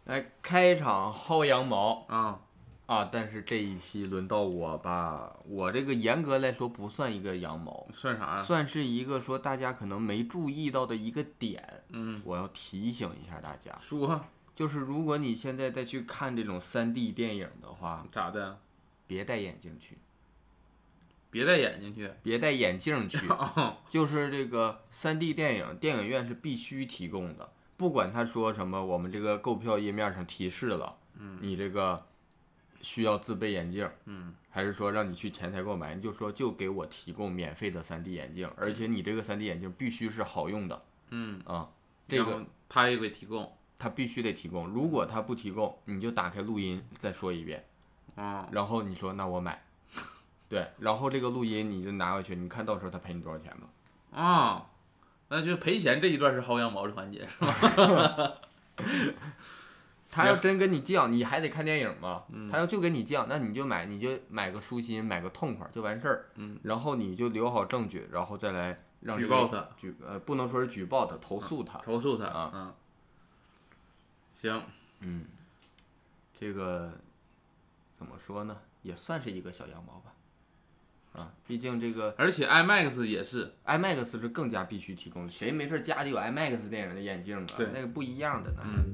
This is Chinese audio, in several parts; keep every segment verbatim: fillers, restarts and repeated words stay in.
来开场薅羊毛啊啊！但是这一期轮到我吧，我这个严格来说不算一个羊毛， 算啥呀？ 算是一个说大家可能没注意到的一个点。 嗯， 我要提醒一下大家， 说就是如果你现在再去看这种 三 D 电影的话， 咋的？ 别戴眼镜去， 别戴眼镜去， 别戴眼镜去，就是这个 三 D 电影，电影院是必须提供的。不管他说什么，我们这个购票页面上提示了，嗯，你这个需要自备眼镜， 嗯， 还是说让你去前台购买，你就说就给我提供免费的 三 D 眼镜，而且你这个 三 D 眼镜必须是好用的， 嗯啊，这个他也给提供， 他必须得提供。如果他不提供，你就打开录音再说一遍， 啊， 然后你说那我买，对，然后这个录音你就拿回去，你看到时候他赔你多少钱吧。 啊。那就赔钱这一段是薅羊毛的环节是吧？ 他要真跟你犟，你还得看电影嘛。 嗯、 他要就跟你犟，那你就买，你就买个舒心，买个痛快就完事儿。 嗯， 然后你就留好证据，然后再来让、这个、 举报他。 举呃，不能说是举报他，投诉他。 啊、投诉他啊。 嗯。行。 嗯，这个怎么说呢？也算是一个小羊毛吧。啊，毕竟这个， 而且 IMAX 也是 ，IMAX 是更加必须提供的。谁没事家里有 IMAX 电影的眼镜啊？ 对， 那个不一样的呢。 嗯。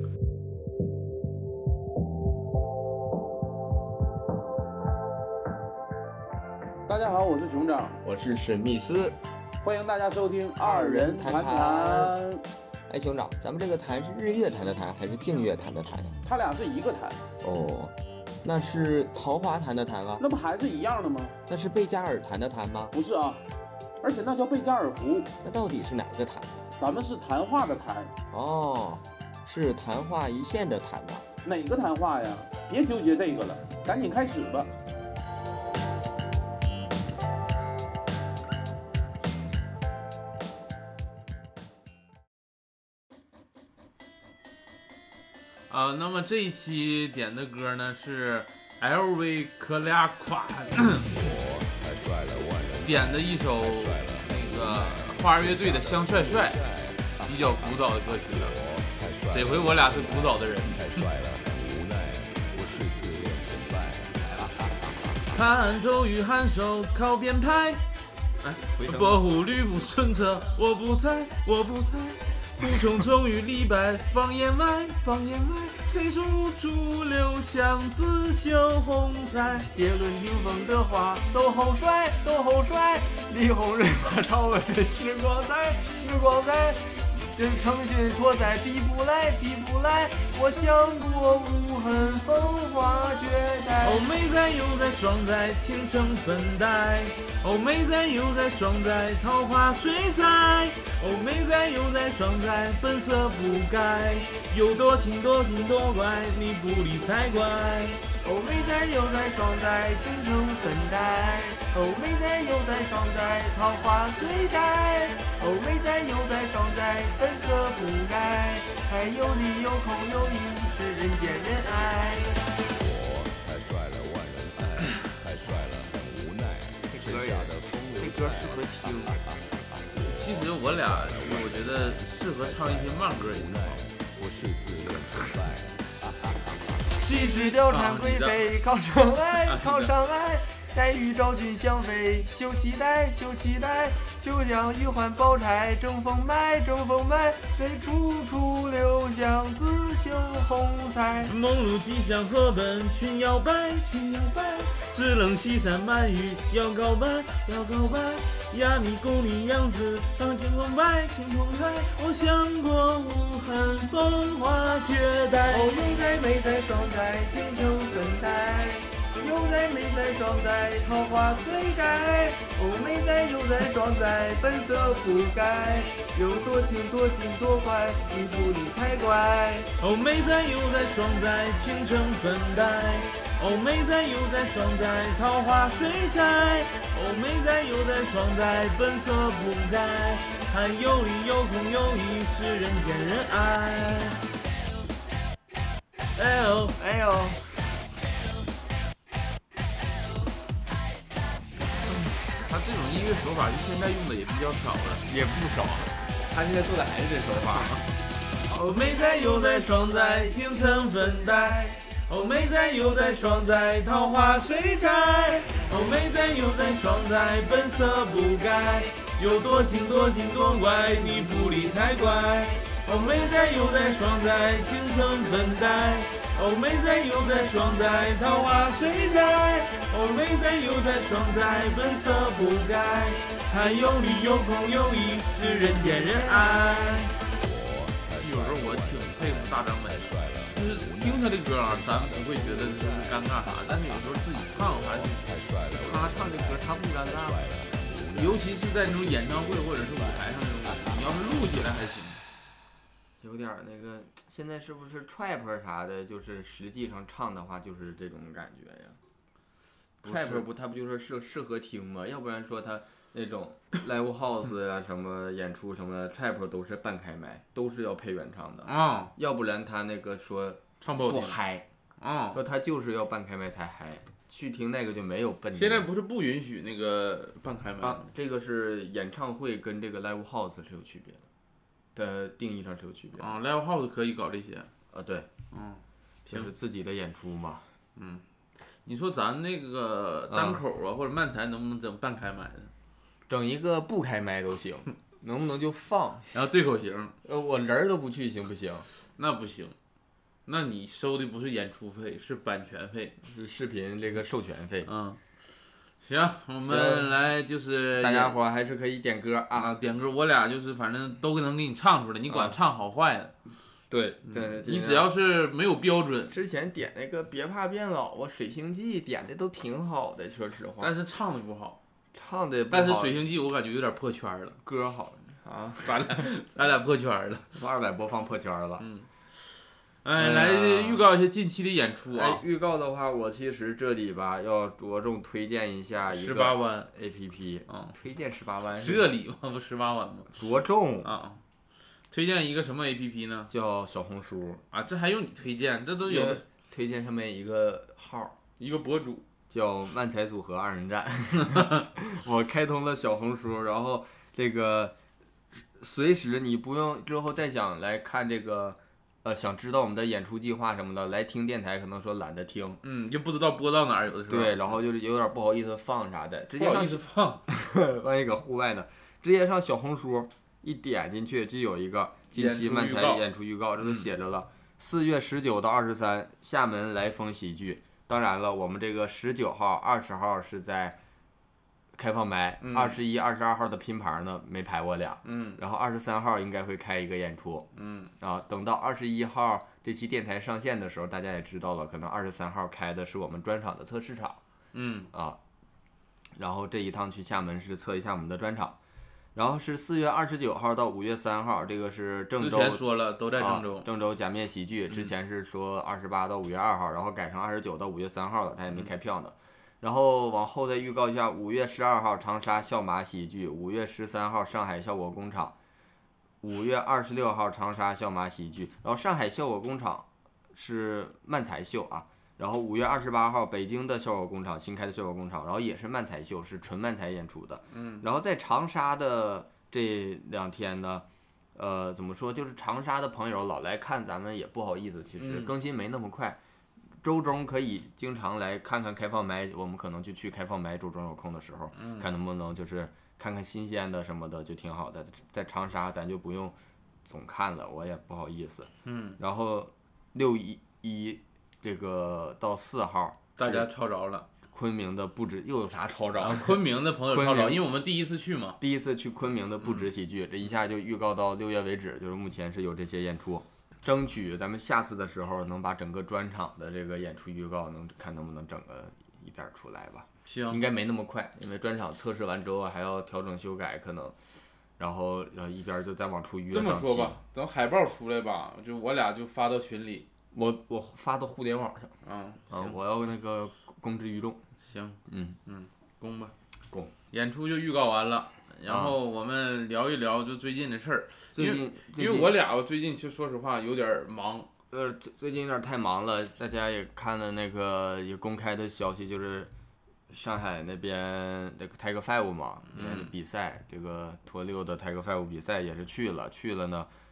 大家好，我是熊掌， 我是史密斯， 欢迎大家收听二人谈谈。 哎，熊掌，咱们这个谈是日月潭的谈还是净月潭的谈呀？ 它俩是一个潭。 哦。那是桃花潭的潭啊？ 那不还是一样的吗？ 那是贝加尔潭的潭吗？ 不是啊，而且那叫贝加尔湖。 那到底是哪个潭？ 咱们是谈话的谈。 哦，是昙花一现的谈吧？ 哪个谈话呀？别纠结这个了，赶紧开始吧。 啊，那么这一期点的歌呢是 L V 克利亚款点的一首那个花儿乐队的香帅帅，比较古早的歌曲了。这回我俩是古早的人。看周瑜颔首靠边拍，哎，伯虎吕布孙策我不猜，我不猜。胡冲冲与李白放眼外，放眼外，谁处处留香自绣红彩。 杰伦听风的话都好帅，都好帅。李红瑞马超文时光在，时光在。这成军错在比不来，比不来。我想过无痕风华绝代。 哦，美哉又哉，爽哉，倾城粉黛。哦，美哉又哉，爽哉，桃花水彩。哦，美哉又哉，爽哉，本色不改。有多情多情多怪，你不理才怪。 哦，美哉又哉，爽哉，倾城粉黛。哦，美哉又哉，爽哉，桃花水彩。哦，美哉又哉，爽哉，本色不改。还有理有空有义，是人见人爱。 我太帅了，万人爱；太帅了，很无奈。 这歌呀，这歌适合听。 其实我俩，我觉得适合唱一些慢歌也挺好。 我是自认失败。 西施貂蝉贵妃靠上来，靠上来。黛玉昭君香妃休期待，休期待。休将玉环宝钗争锋脉，争锋脉。谁处处留香自绣红彩。 梦如吉祥河奔群摇摆，群摇摆。只冷西山满雨要告白，要告白。呀你宫里样子上青空白，青空白。我想过无痕风华绝代。 哦，美哉美哉爽哉，倾城粉黛。又哉美哉爽哉，桃花水摘。哦，美哉又哉爽哉，本色不改。有多情多情多怪，你不理才怪。 哦，美哉又哉爽哉，倾城粉黛。哦，美哉又哉爽哉，桃花水摘。哦，美哉又哉爽哉，本色不改。还有理有空有义，是人见人爱。哎呦哎呦。 他这种音乐手法，就现在用的也比较少了， 也不少。他现在做的还是这手法。 哦，美在又在爽在青城粉黛，哦，美在又在爽在桃花水宅，哦，美在又在爽在本色不改，有多情多情多怪，你不理才怪。哦，美在又在爽在青城粉黛，哦，美在又在爽在桃花水宅，哦，美在又在爽在本色不改，还有理有空有义是人见人爱。有时候我挺佩服大张伟，就是听他的歌啊，咱不会觉得就是尴尬啥，但是有时候自己唱还是他唱的歌他不尴尬，尤其是在那种演唱会或者是舞台上那种感觉，你要是录起来还行。 有点那个，现在是不是 trap 啥的，就是实际上唱的话就是这种感觉呀 ？trap 不，它不就是适适合听吗？要不然说它那种 live house 呀、啊、什么演出什么的 trap 都是半开麦，都是要配原唱的啊、嗯。 要不然他那个说唱不不嗨啊、嗯， 说他就是要半开麦才嗨，去听那个就没有奔。 现在不是不允许那个半开麦啊？这个是演唱会跟这个 live house 是有区别的。的定义上是有区别啊 ，live house 可以搞这些啊，对， 嗯， 就是自己的演出嘛， 嗯，你说咱那个单口啊、嗯、或者漫才能不能整半开麦的？ 整一个不开麦都行，能不能就放？ 然后对口型， 呃，我人都不去行不行？ 那不行，那你收的不是演出费，是版权费， 是视频这个授权费， 嗯。行，我们来就是大家伙还是可以点歌 啊, 啊，点歌，我俩就是反正都能给你唱出来，你管唱好坏的。 嗯、对， 嗯、你只要是没有标准。 之前点那个别怕变老啊，水星记点的都挺好的，说实话。 但是唱的不好， 唱的不好。 但是水星记我感觉有点破圈了， 歌好啊， 咱俩咱俩破圈了， 二百播放破圈了。 嗯。哎，来预告一下近期的演出啊！ 哎，预告的话，我其实这里吧要着重推荐一下一个十八弯 A P P 啊， 推荐十八弯， 这里吗？不十八弯吗？ 着重啊，推荐一个什么 A P P 呢？ 叫小红书啊，这还用你推荐？这都有推荐上面一个号， 一个博主叫漫才组合二人战。我开通了小红书，然后这个随时你不用之后再想来看这个。呃，想知道我们的演出计划什么的，来听电台可能说懒得听， 嗯，就不知道播到哪儿，有的时候。 对，然后就是有点不好意思放啥的，直接不好意思放， 万一搁户外呢，直接上小红书一点进去就有一个近期漫才演出预告，这都写着了，四、嗯、月十九到二十三，厦门来风喜剧。当然了，我们这个十九号、二十号是在开放麦，二十一、二十二号的拼盘呢没排我俩， 嗯， 然后二十三号应该会开一个演出， 嗯， 啊，等到二十一号这期电台上线的时候，大家也知道了，可能二十三号开的是我们专场的测试场， 嗯， 啊，然后这一趟去厦门是测一下我们的专场，然后是四月二十九号到五月三号，这个是郑州， 之前说了都在郑州， 啊、郑州假面喜剧，之前是说二十八到五月二号，然后改成二十九到五月三号了，他也没开票呢。然后往后再预告一下，五月十二号长沙笑马喜剧，五月十三号上海效果工厂，五月二十六号长沙笑马喜剧，然后上海效果工厂是漫才秀啊，然后五月二十八号北京的效果工厂新开的效果工厂，然后也是漫才秀，是纯漫才演出的， 嗯， 然后在长沙的这两天呢，呃，怎么说，就是长沙的朋友老来看咱们也不好意思，其实更新没那么快。嗯，周中可以经常来看看开放麦，我们可能就去开放麦，周中有空的时候， 嗯， 看能不能就是看看新鲜的什么的，就挺好的。在长沙咱就不用总看了，我也不好意思。 嗯， 然后六一一这个到四号， 大家抄着了。 昆明的不止又有啥抄着？ 啊，昆明的朋友抄着，因为我们第一次去嘛， 第一次去昆明的不止喜剧，嗯，这一下就预告到六月为止，就是目前是有这些演出。争取咱们下次的时候能把整个专场的这个演出预告能看能不能整个一点出来吧。 行， 应该没那么快，因为专场测试完之后还要调整修改，可能，然后然后一边就再往出约。 这么说吧，等海报出来吧，就我俩就发到群里， 我我发到互联网上。 嗯啊，我要那个公之于众。 行， 嗯嗯，公吧， 公。 演出就预告完了。然后我们聊一聊就最近的事儿， 最近因为我俩我最近其实说实话有点忙， 呃，最近有点太忙了，大家也看了那个也公开的消息，就是上海那边那个 Tiger Five 嘛，嗯，比赛这个脱六的 Tiger Five 比赛也是去了，去了呢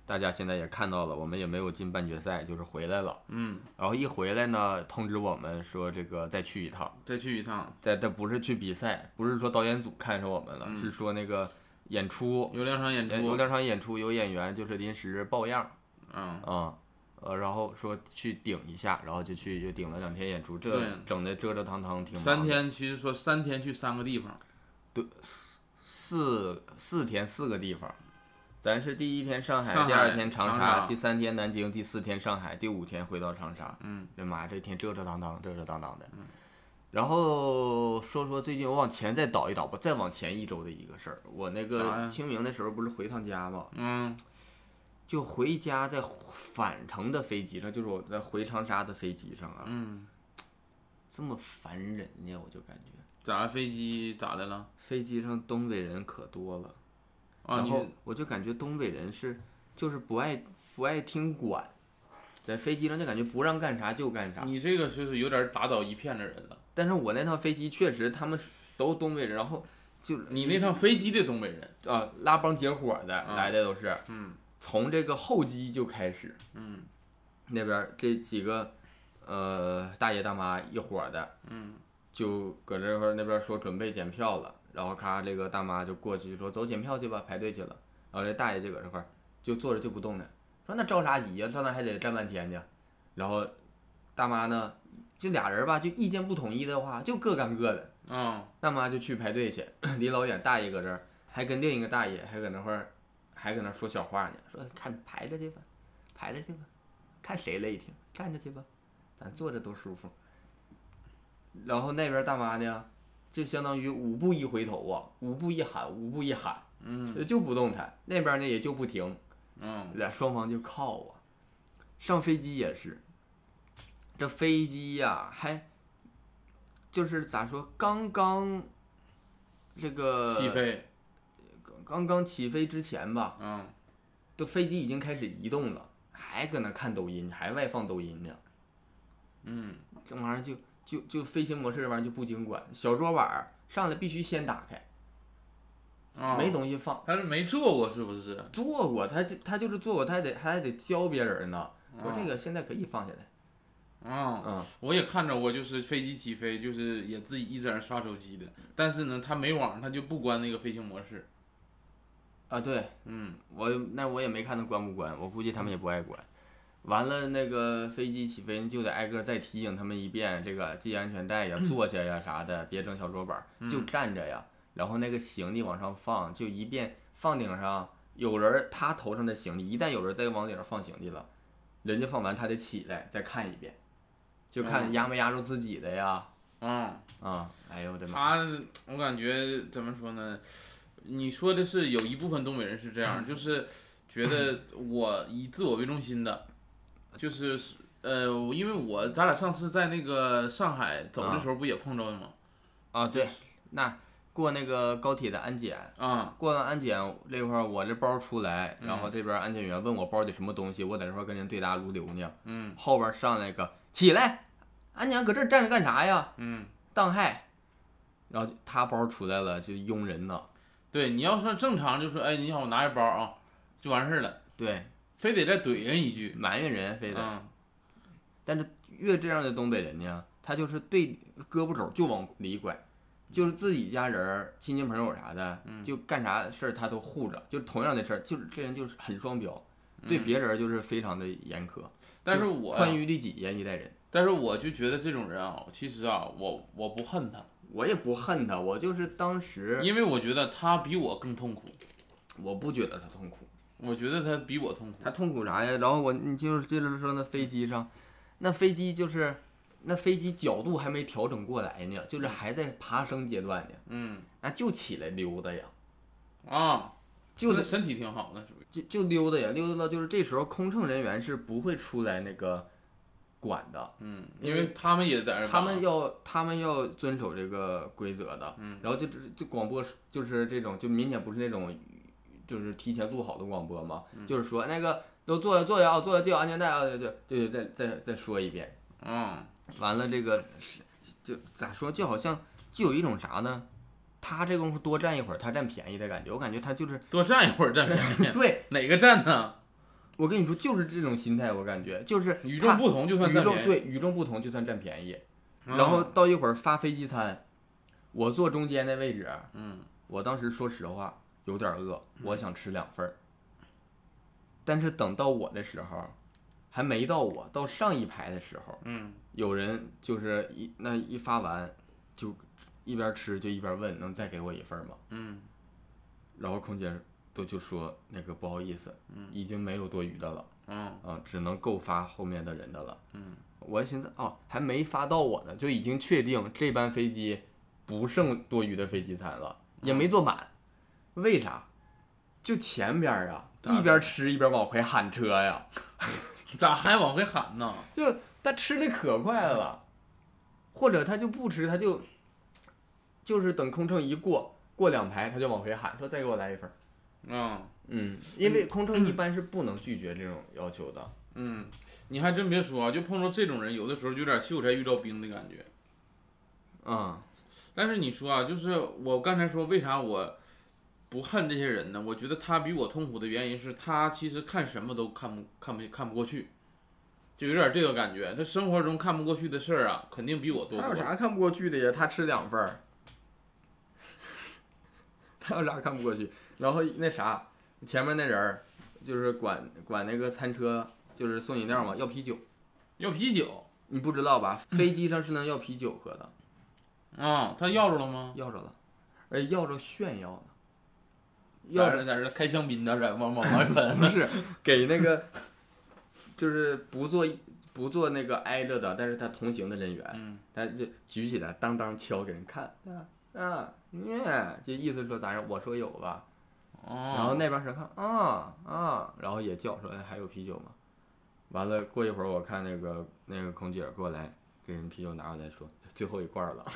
大家现在也看到了，我们也没有进半决赛，就是回来了。 嗯， 然后一回来呢，通知我们说这个再去一趟， 再去一趟。 再但不是去比赛，不是说导演组看上我们了， 嗯、 是说那个演出有两场演出， 有两场演出，有演员就是临时抱样。 嗯啊。呃，然后说去顶一下，然后就去就顶了两天演出，这整的折折腾腾挺忙的。 三天，其实说三天去三个地方， 对，四四四天四个地方，咱是第一天上海， 上海第二天长沙， 长沙第三天南京，第四天上海，第五天回到长沙。 嗯， 这妈这天折折腾腾，折折腾腾的。 嗯。 然后说说最近我往前再倒一倒吧，再往前一周的一个事儿，我那个清明的时候不是回趟家吗？ 嗯。 就回家，在返程的飞机上，就是我在回长沙的飞机上啊， 嗯， 这么烦人呢，我就感觉。 咋了？飞机咋的了？ 飞机上东北人可多了， 啊、 然后我就感觉东北人是就是不爱不爱听管，在飞机上就感觉不让干啥就干啥。 你这个就是有点打倒一片的人了。 但是我那趟飞机确实他们都东北人，然后就你那趟飞机的东北人啊，拉帮结伙的、啊、来的都是， 嗯。 从这个候机就开始， 嗯， 那边这几个，呃，大爷大妈一伙的， 嗯， 就搁这块那边说准备检票了，然后咔这个大妈就过去说走检票去吧，排队去了，然后这大爷就搁这块就坐着就不动呢，说那着啥急呀，上那还得站半天呢，然后大妈呢就俩人吧就意见不统一的话就各干各的， 啊、嗯， 大妈就去排队去，离老远，大爷搁这儿还跟另一个大爷还搁那块儿。还搁那说小话呢，说看排着去吧，排着去吧，看谁累挺，站着去吧，咱坐着多舒服。然后那边大妈呢，就相当于五步一回头啊，五步一喊，五步一喊， 嗯， 就不动弹。那边呢也就不停， 嗯， 俩双方就靠啊。上飞机也是，这飞机呀、啊，还就是咋说，刚刚这个起飞。 刚刚起飞之前吧， 嗯， 这飞机已经开始移动了，还搁那看抖音，还外放抖音呢。 嗯， 这玩意儿就就就飞行模式这玩意儿就不经管，小桌板上来必须先打开， 哦、 没东西放。 他是没做过是不是？ 做过，他就他就是做过，他还得他还得教别人呢，说这个现在可以放下来。 啊、 嗯，嗯， 我也看着过，就是飞机起飞，就是也自己一直在那刷手机的，但是呢，他没网，他就不关那个飞行模式。 啊，对， 嗯， 我那我也没看他关不关，我估计他们也不爱管。完了，那个飞机起飞就得挨个再提醒他们一遍，这个系安全带呀、坐下呀啥的，别整小桌板，就站着呀。然后那个行李往上放，就一遍放顶上，有人他头上的行李，一旦有人再往顶上放行李了，人家放完他得起来再看一遍，就看压没压住自己的呀。 嗯啊，哎呦我的妈！ 他我感觉怎么说呢？你说的是有一部分东北人是这样，就是觉得我以自我为中心的，就是呃，因为我咱俩上次在那个上海走的时候不也碰着的吗？ 啊，对，那过那个高铁的安检啊， 过完安检这块儿我这包出来，然后这边安检员问我包里什么东西，我在这块跟人对答如流呢， 嗯， 后边上来个起来，安检搁这站着干啥呀？ 嗯， 当害，然后他包出来了就拥人呢。 对，你要说正常就说，哎，你好，我拿一包啊，就完事儿了。 对， 非得再怼人一句， 埋怨人非得。 嗯、 但是越这样的东北人呢，他就是对胳膊肘就往里拐，就是自己家人、亲戚朋友啥的， 嗯、 就干啥事儿他都护着。就同样的事儿，就是这人就是很双标，对别人就是非常的严苛。 但是我宽于律己，严于待人。 但是我就觉得这种人啊，其实啊，我我不恨他。 我也不恨他，我就是当时， 因为我觉得他比我更痛苦， 我不觉得他痛苦， 我觉得他比我痛苦。 他痛苦啥呀？然后我你就是接着说那飞机上，那飞机就是那飞机角度还没调整过来呢，就是还在爬升阶段呢， 嗯， 那就起来溜达呀， 啊， 就身体挺好的， 就就溜达呀，溜达到就是这时候空乘人员是不会出来那个。管的， 嗯，因为他们也在那， 他们要他们要遵守这个规则的， 嗯， 然后就就广播就是这种，就明显不是那种，就是提前录好的广播嘛， 嗯、 就是说那个都坐下坐下啊，坐下系好安全带啊，就就就再再再说一遍， 嗯， 完了这个就咋说，就好像就有一种啥呢？他这功夫多占一会儿，他占便宜的感觉，我感觉他就是多占一会儿占便宜， 对， 哪个占呢？ 我跟你说，就是这种心态，我感觉就是与众不同就算占便宜， 与众对与众不同就算占便宜。嗯、然后到一会儿发飞机餐，我坐中间的位置， 嗯， 我当时说实话有点饿，我想吃两份儿。但是等到我的时候，还没到我到上一排的时候， 嗯， 有人就是一那一发完，就一边吃就一边问能再给我一份吗？ 嗯， 然后空姐都就说那个不好意思， 嗯， 已经没有多余的了， 嗯啊，只能够发后面的人的了。 嗯， 我寻思哦，还没发到我呢，就已经确定这班飞机不剩多余的飞机餐了，也没坐满，为啥？就前边啊，一边吃一边往回喊车呀， 咋还往回喊呢？ 就他吃的可快了，或者他就不吃，他就就是等空乘一过过两排，他就往回喊说再给我来一份。 嗯嗯，因为空乘一般是不能拒绝这种要求的。 嗯，你还真别说啊，就碰到这种人，有的时候有点秀才遇到兵的感觉。 嗯， 但是你说啊，就是我刚才说为啥我不恨这些人呢？我觉得他比我痛苦的原因是他其实看什么都看不看不看不过去，就有点这个感觉。他生活中看不过去的事儿啊，肯定比我多。 他有啥看不过去的呀？他吃两份儿，他有啥看不过去？然后那啥，前面那人儿就是管管那个餐车，就是送饮料嘛，要啤酒， 要啤酒， 你不知道吧？飞机上是能要啤酒喝的。 啊、嗯，他要着了吗？ 要着了，而且要着炫耀呢。 要着在这开香槟呢，在往往外喷。 不是给那个，就是不坐不坐那个挨着的，但是他同行的人员， 嗯， 他就举起来当当敲给人看，啊啊，耶，这意思说咋样？我说有吧。 哦。 然后那边人看啊啊，然后也叫说哎还有啤酒吗？完了过一会儿我看那个那个空姐过来给人啤酒拿过来说最后一罐了。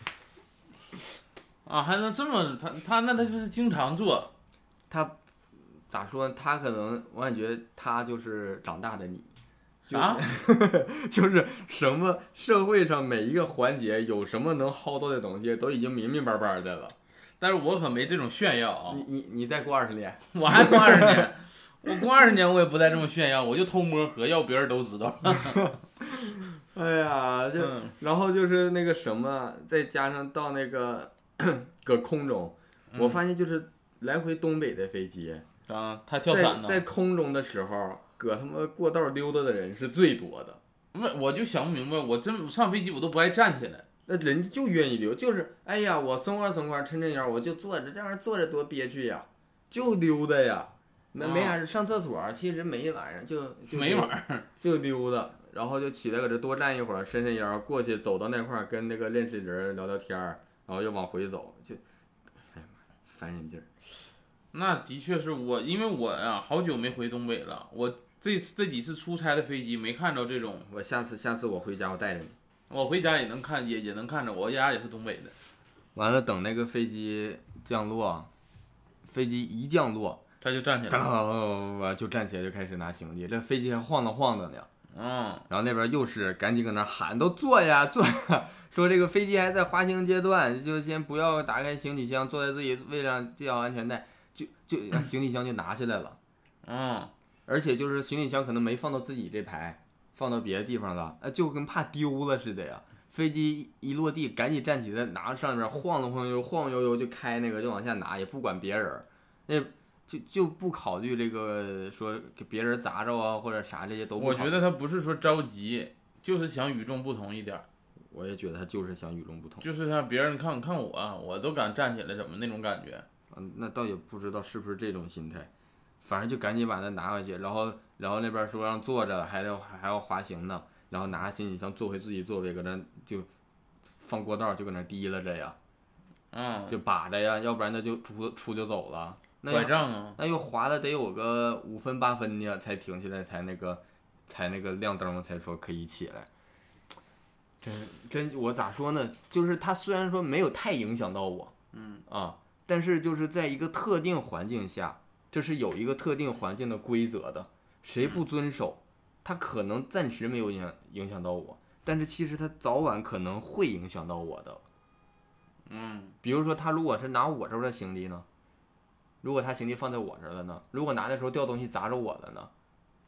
啊，还能这么他他那他就是经常做。 他咋说？他可能我感觉他就是长大的你。 啥？ 就是什么社会上每一个环节有什么能薅到的东西，都已经明明白白的了。 但是我可没这种炫耀啊！ 你你你再过二十年， 我还过二十年，我过二十年我也不再这么炫耀，我就偷摸喝，要别人都知道。 哎呀，就、嗯、然后就是那个什么，再加上到那个搁空中，我发现就是来回东北的飞机啊，他跳伞呢，在空中的时候。搁他妈过道溜达的人是最多的， 我我就想不明白，我真上飞机我都不爱站起来， 那人家就愿意溜，就是哎呀，我松快松快，抻抻腰，我就坐着，这样坐着多憋屈呀，就溜达呀，没没啥，上厕所其实没玩意儿，就就没玩意儿， 就溜达，然后就起来搁这多站一会儿，伸伸腰，过去走到那块儿跟那个认识的人聊聊天儿，然后又往回走，就哎呀妈，烦人劲儿。 那的确是我，因为我呀、啊、好久没回东北了，我。这这几次出差的飞机没看着这种， 我下次下次我回家我带着你， 我回家也能看也也能看着，我家也是东北的。 完了等那个飞机降落，飞机一降落， 他就站起来了， 我就站起来就开始拿行李，这飞机还晃荡晃荡呢。 嗯， 然后那边又是赶紧搁那喊，都坐呀坐呀，说这个飞机还在滑行阶段，就先不要打开行李箱，坐在自己位上系好安全带，就就行李箱就拿下来了。 嗯。 而且就是行李箱可能没放到自己这排，放到别的地方了，就跟怕丢了似的呀。飞机一落地，赶紧站起来拿上面晃动晃悠晃悠悠就开那个就往下拿，也不管别人，那就就不考虑这个说给别人砸着啊或者啥这些都不考虑。 我觉得他不是说着急，就是想与众不同一点。 我也觉得他就是想与众不同， 就是他别人看看我，我都敢站起来，怎么那种感觉？ 嗯，那倒也不知道是不是这种心态。反正就赶紧把它拿回去，然后然后那边说让坐着，还要还要滑行呢，然后拿行李箱坐回自己座位，搁那就放过道，就搁那提拉着呀， 嗯， 就把着呀，要不然他就出出就走了。那拐杖啊， 那又滑了得有个五分八分呢，才停下来，才那个才那个亮灯，才说可以起来。真真我咋说呢？就是他虽然说没有太影响到我， 嗯啊，但是就是在一个特定环境下。这是有一个特定环境的规则的，谁不遵守，他可能暂时没有影响影响到我，但是其实他早晚可能会影响到我的。 嗯， 比如说他如果是拿我这儿的行李呢，如果他行李放在我这儿了呢，如果拿的时候掉东西砸着我了呢，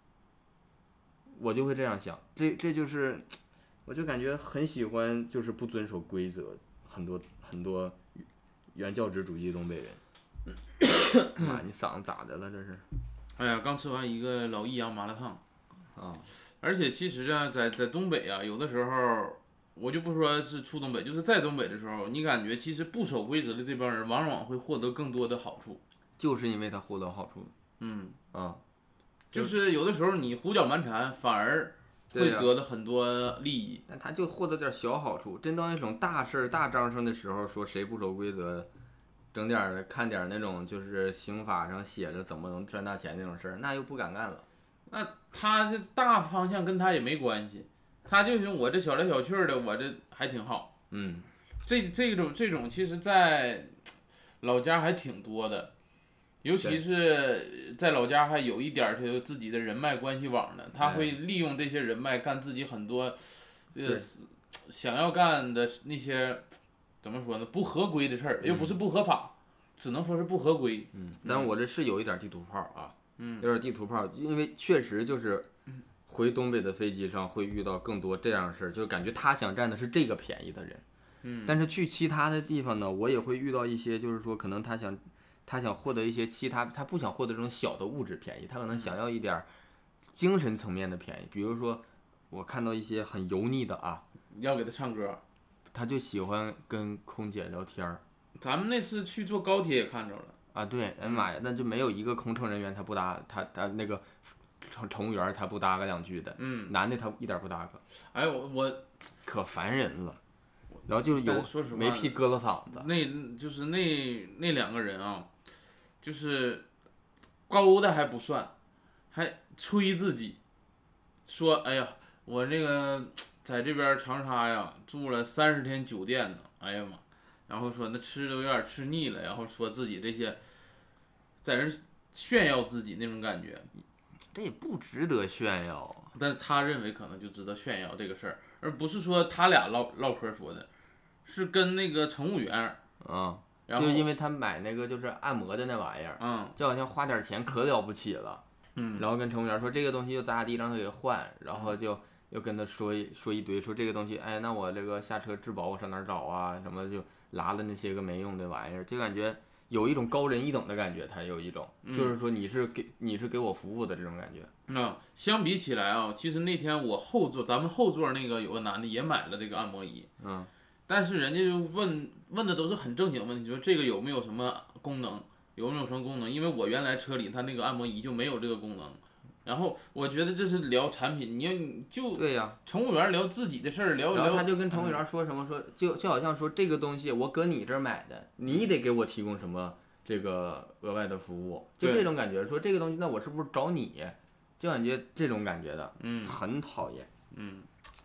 我就会这样想，这这就是我就感觉很喜欢，就是不遵守规则，很多很多原教旨主义东北人。妈，你嗓子咋的了？这是？ 哎呀，刚吃完一个老益阳麻辣烫啊！ 而且其实啊，在在东北啊，有的时候我就不说是出东北，就是在东北的时候，你感觉其实不守规则的这帮人，往往会获得更多的好处。 就是因为他获得好处。 嗯啊， 就是有的时候你胡搅蛮缠，反而会得到很多利益。 但他就获得点小好处，真到那种大事大章程的时候，说谁不守规则，整点看点那种就是刑法上写着怎么能赚大钱那种事儿，那又不敢干了。 那他这大方向跟他也没关系，他就是我这小来小去的，我这还挺好。 嗯， 这这种这种其实在老家还挺多的。尤其是在老家还有一点是自己的人脉关系网的，他会利用这些人脉干自己很多，呃，想要干的那些怎么说呢？不合规的事儿，又不是不合法，只能说是不合规。 嗯，但是我这是有一点地图炮啊， 嗯， 有点地图炮，因为确实就是回东北的飞机上会遇到更多这样的事儿，就感觉他想占的是这个便宜的人。 嗯， 但是去其他的地方呢，我也会遇到一些，就是说可能他想。他想获得一些其他，他不想获得这种小的物质便宜，他可能想要一点精神层面的便宜。比如说，我看到一些很油腻的啊， 要给他唱歌， 他就喜欢跟空姐聊天儿。 咱们那次去坐高铁也看着了啊，对，哎妈呀，那就没有一个空乘人员他不搭，他他那个乘乘务员他不搭个两句的， 嗯， 男的他一点不搭个。 哎，我我可烦人了。然后就有没屁搁了嗓子， 那就是那那两个人啊，就是高的还不算，还吹自己，说哎呀，我这个在这边长沙呀住了三十天酒店呢，哎呀妈，然后说那吃的有点吃腻了，然后说自己这些，在这炫耀自己那种感觉， 这也不值得炫耀。 但是他认为可能就值得炫耀这个事儿，而不是说他俩唠唠嗑说的。是跟那个乘务员， 嗯，就因为他买那个就是按摩的那玩意儿， 嗯， 就好像花点钱可了不起了， 嗯， 然后跟乘务员说这个东西就咋咋地，让他给换，然后就又跟他说一说一堆，说这个东西，哎，那我这个下车质保我上哪儿找啊？什么就拉了那些个没用的玩意儿，就感觉有一种高人一等的感觉，他有一种， 嗯、 就是说你是给你是给我服务的这种感觉。 啊、嗯，相比起来啊，其实那天我后座咱们后座那个有个男的也买了这个按摩仪， 嗯。 但是人家就问问的都是很正经问题，说这个有没有什么功能，有没有什么功能？因为我原来车里它那个按摩仪就没有这个功能。然后我觉得这是聊产品，你要你就对呀， 乘务员聊自己的事儿，聊然后他就跟乘务员说什么说，就就好像说这个东西我搁你这儿买的，你得给我提供什么这个额外的服务，就这种感觉。说这个东西那我是不是找你？就感觉这种感觉的， 嗯， 很讨厌， 嗯。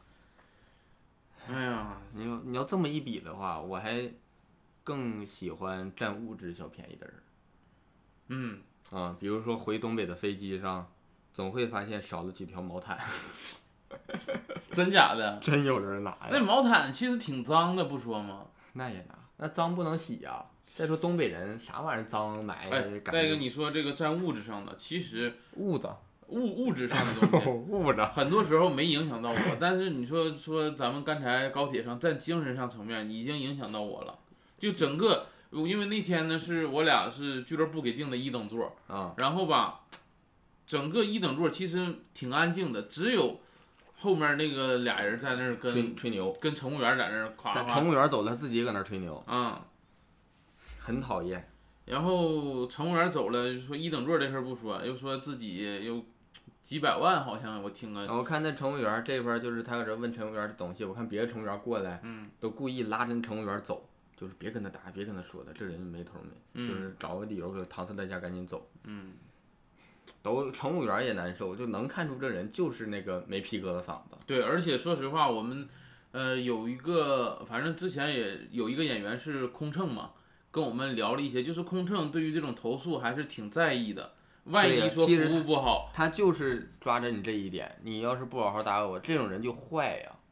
哎呀， 你要你要这么一比的话，我还更喜欢占物质小便宜的人。 嗯啊，比如说回东北的飞机上，总会发现少了几条毛毯。 真假的？ 真有人拿呀！ 那毛毯其实挺脏的，不说吗？ 那也拿，那脏不能洗呀。再说东北人啥玩意儿脏买， 哎，再一个你说这个占物质上的，其实物子。 物物质上的东西， 物质很多时候没影响到我，但是你说说咱们刚才高铁上在精神上层面已经影响到我了，就整个，因为那天呢是我俩是俱乐部给定的一等座啊， 然后吧，整个一等座其实挺安静的，只有后面那个俩人在那儿跟吹吹牛， 跟乘务员在那儿夸夸， 乘务员走了，他自己搁那儿吹牛啊， 很讨厌。 然后乘务员走了，就说一等座这事儿不说，又说自己又。几百万好像我听了， 我看那乘务员这边就是他搁这问乘务员的东西，我看别的乘务员过来， 嗯， 都故意拉着乘务员走，就是别跟他打，别跟他说了，这人没头没， 嗯、 就是找个理由给搪塞在家赶紧走， 嗯， 都乘务员也难受，就能看出这人就是那个没皮疙瘩嗓子。 对，而且说实话，我们呃有一个，反正之前也有一个演员是空乘嘛，跟我们聊了一些，就是空乘对于这种投诉还是挺在意的。万一说服务不好， 他就是抓着你这一点，你要是不好好答我，这种人就坏呀。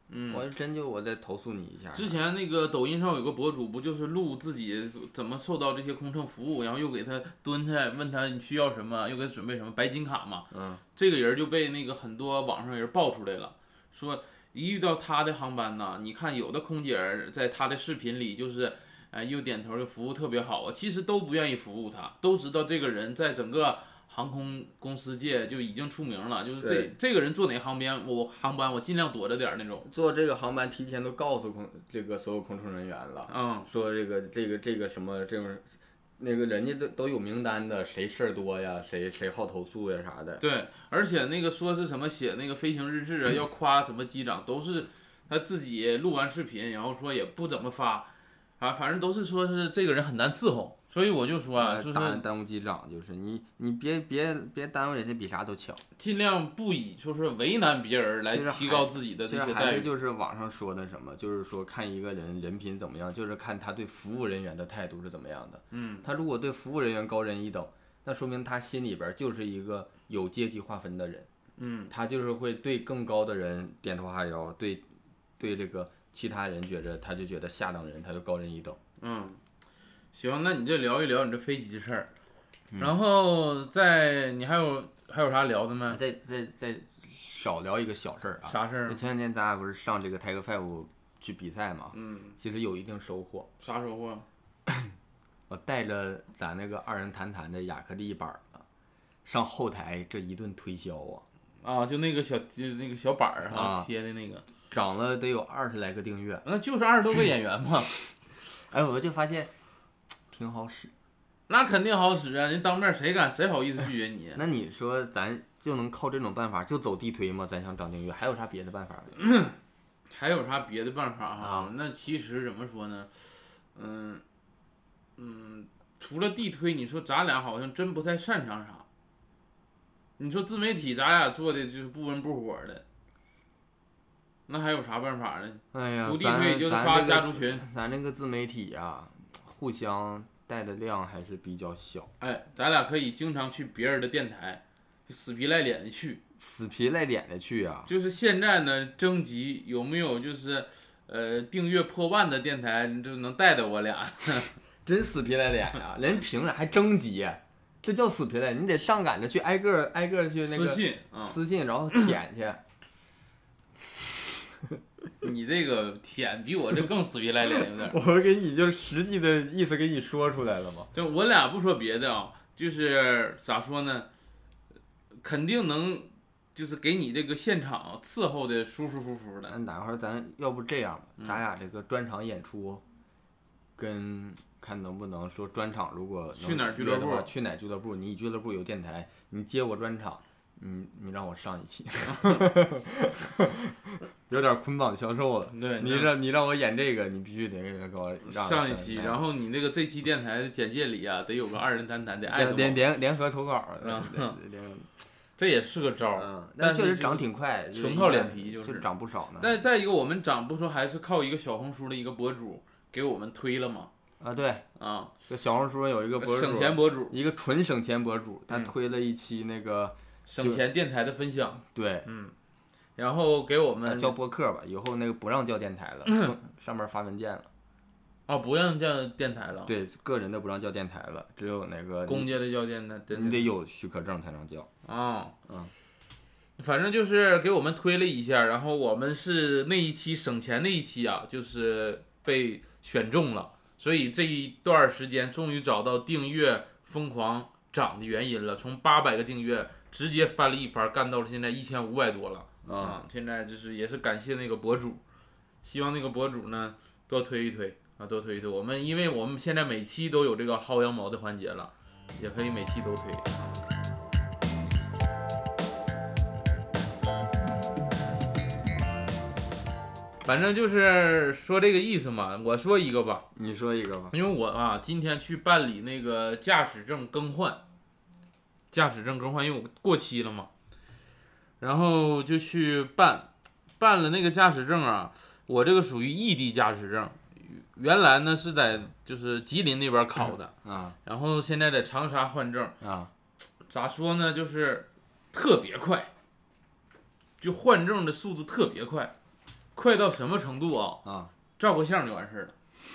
嗯， 我真就我再投诉你一下。 之前那个抖音上有个博主，不就是录自己怎么受到这些空乘服务，然后又给他蹲下问他你需要什么，又给他准备什么白金卡嘛。 嗯， 这个人就被那个很多网上人爆出来了，说一遇到他的航班呢，你看有的空姐在他的视频里就是，呃，又点头，又服务特别好啊，其实都不愿意服务他，都知道这个人在整个航空公司界就已经出名了，就是这这个人坐哪航班，我航班我尽量躲着点那种。 坐这个航班提前都告诉空这个所有空乘人员了， 嗯， 说这个这个这个什么这种，那个人家都都有名单的，谁事儿多呀，谁谁好投诉呀啥的。 对，而且那个说是什么写那个飞行日志啊，要夸什么机长，都是他自己录完视频，然后说也不怎么发，啊，反正都是说是这个人很难伺候。所以我就说啊，就是耽耽误机长，就是你你别别别耽误人家比啥都强， 尽量不以就是为难别人来提高自己的这些待遇。 还是就是网上说的什么，就是说看一个人人品怎么样，就是看他对服务人员的态度是怎么样的。 嗯， 他如果对服务人员高人一等，那说明他心里边就是一个有阶级划分的人。 嗯， 他就是会对更高的人点头哈腰，对对这个其他人觉着他就觉得下等人，他就高人一等。 嗯。行，那你就聊一聊你这飞机的事儿， 嗯、 然后再你还有还有啥聊的吗？ 再再再少聊一个小事儿啊。 啥事儿？ 前两天咱俩不是上这个 Tiger Five 去比赛嘛？ 嗯， 其实有一定收获。 啥收获？ 我带着咱那个二人谈谈的亚克力板啊，上后台这一顿推销啊。 啊，就那个小那个小板儿哈、 啊、 贴的那个， 涨了得有二十来个订阅。 那就是二十多个演员嘛。 哎，我就发现。挺好使， 那肯定好使啊！人当面谁敢谁好意思拒绝你？ 那你说咱就能靠这种办法就走地推吗？咱想涨订阅，还有啥别的办法？ 还有啥别的办法哈？ 啊、 那其实怎么说呢？嗯嗯，除了地推，你说咱俩好像真不太擅长啥。你说自媒体，咱俩做的就是不温不火的，那还有啥办法呢？ 哎呀， 不地推就是发家族群。 咱这个自媒体呀。互相带的量还是比较小。 哎，咱俩可以经常去别人的电台，死皮赖脸的去。 死皮赖脸的去啊！ 就是现在呢，征集有没有就是呃订阅破万的电台，你就能带带我俩。 真死皮赖脸呀！人凭啥还征集？这叫死皮赖脸，你得上赶着去挨个挨个去那个私信，嗯、 私信，然后舔去。 你这个舔比我这更死皮赖脸有点。 我给你就实际的意思给你说出来了嘛。 就我俩不说别的啊，就是咋说呢，肯定能就是给你这个现场伺候的舒舒服服的。 那哪会儿咱要不这样吧，嗯、咱俩这个专场演出，跟看能不能说专场如果去哪儿俱乐部， 去哪俱乐部，你俱乐部有电台，你接我专场。嗯，你让我上一期，有点捆绑销售了。 对， 你让你让我演这个，你必须得给我让上一期。然后你那个这期电台的简介里啊，得有个二人谈谈的爱联联联合投稿。 嗯，这也是个招儿。 嗯，但确实涨挺快， 纯靠脸皮就是。 涨不少呢。 再再一个，我们涨不说还是靠一个小红书的一个博主给我们推了嘛。 啊，对啊， 这小红书有一个博主， 省钱博主， 一个纯省钱博主，他推了一期那个。 省钱电台的分享， 对， 嗯，然后给我们叫播客吧，以后那个不让叫电台了，上面发文件了。 哦，不让叫电台了。 对，个人的不让叫电台了，只有那个公家的叫电台， 你得有许可证才能叫。 啊、哦， 嗯， 反正就是给我们推了一下，然后我们是那一期省钱那一期啊，就是被选中了，所以这一段时间终于找到订阅疯狂涨的原因了，从八百个订阅。直接翻了一番，干到了现在一千五百多了啊、嗯！现在就是也是感谢那个博主，希望那个博主呢多推一推啊，多推一推。我们因为我们现在每期都有这个薅羊毛的环节了，也可以每期都推。反正就是说这个意思嘛。我说一个吧， 你说一个吧。 因为我啊今天去办理那个驾驶证更换。驾驶证更换，因为我过期了嘛，然后就去办，办了那个驾驶证啊。我这个属于异地驾驶证，原来呢是在就是吉林那边考的啊， 然后现在在长沙换证啊。 咋说呢，就是特别快，就换证的速度特别快， 快到什么程度啊？ 啊， 照个相就完事儿了。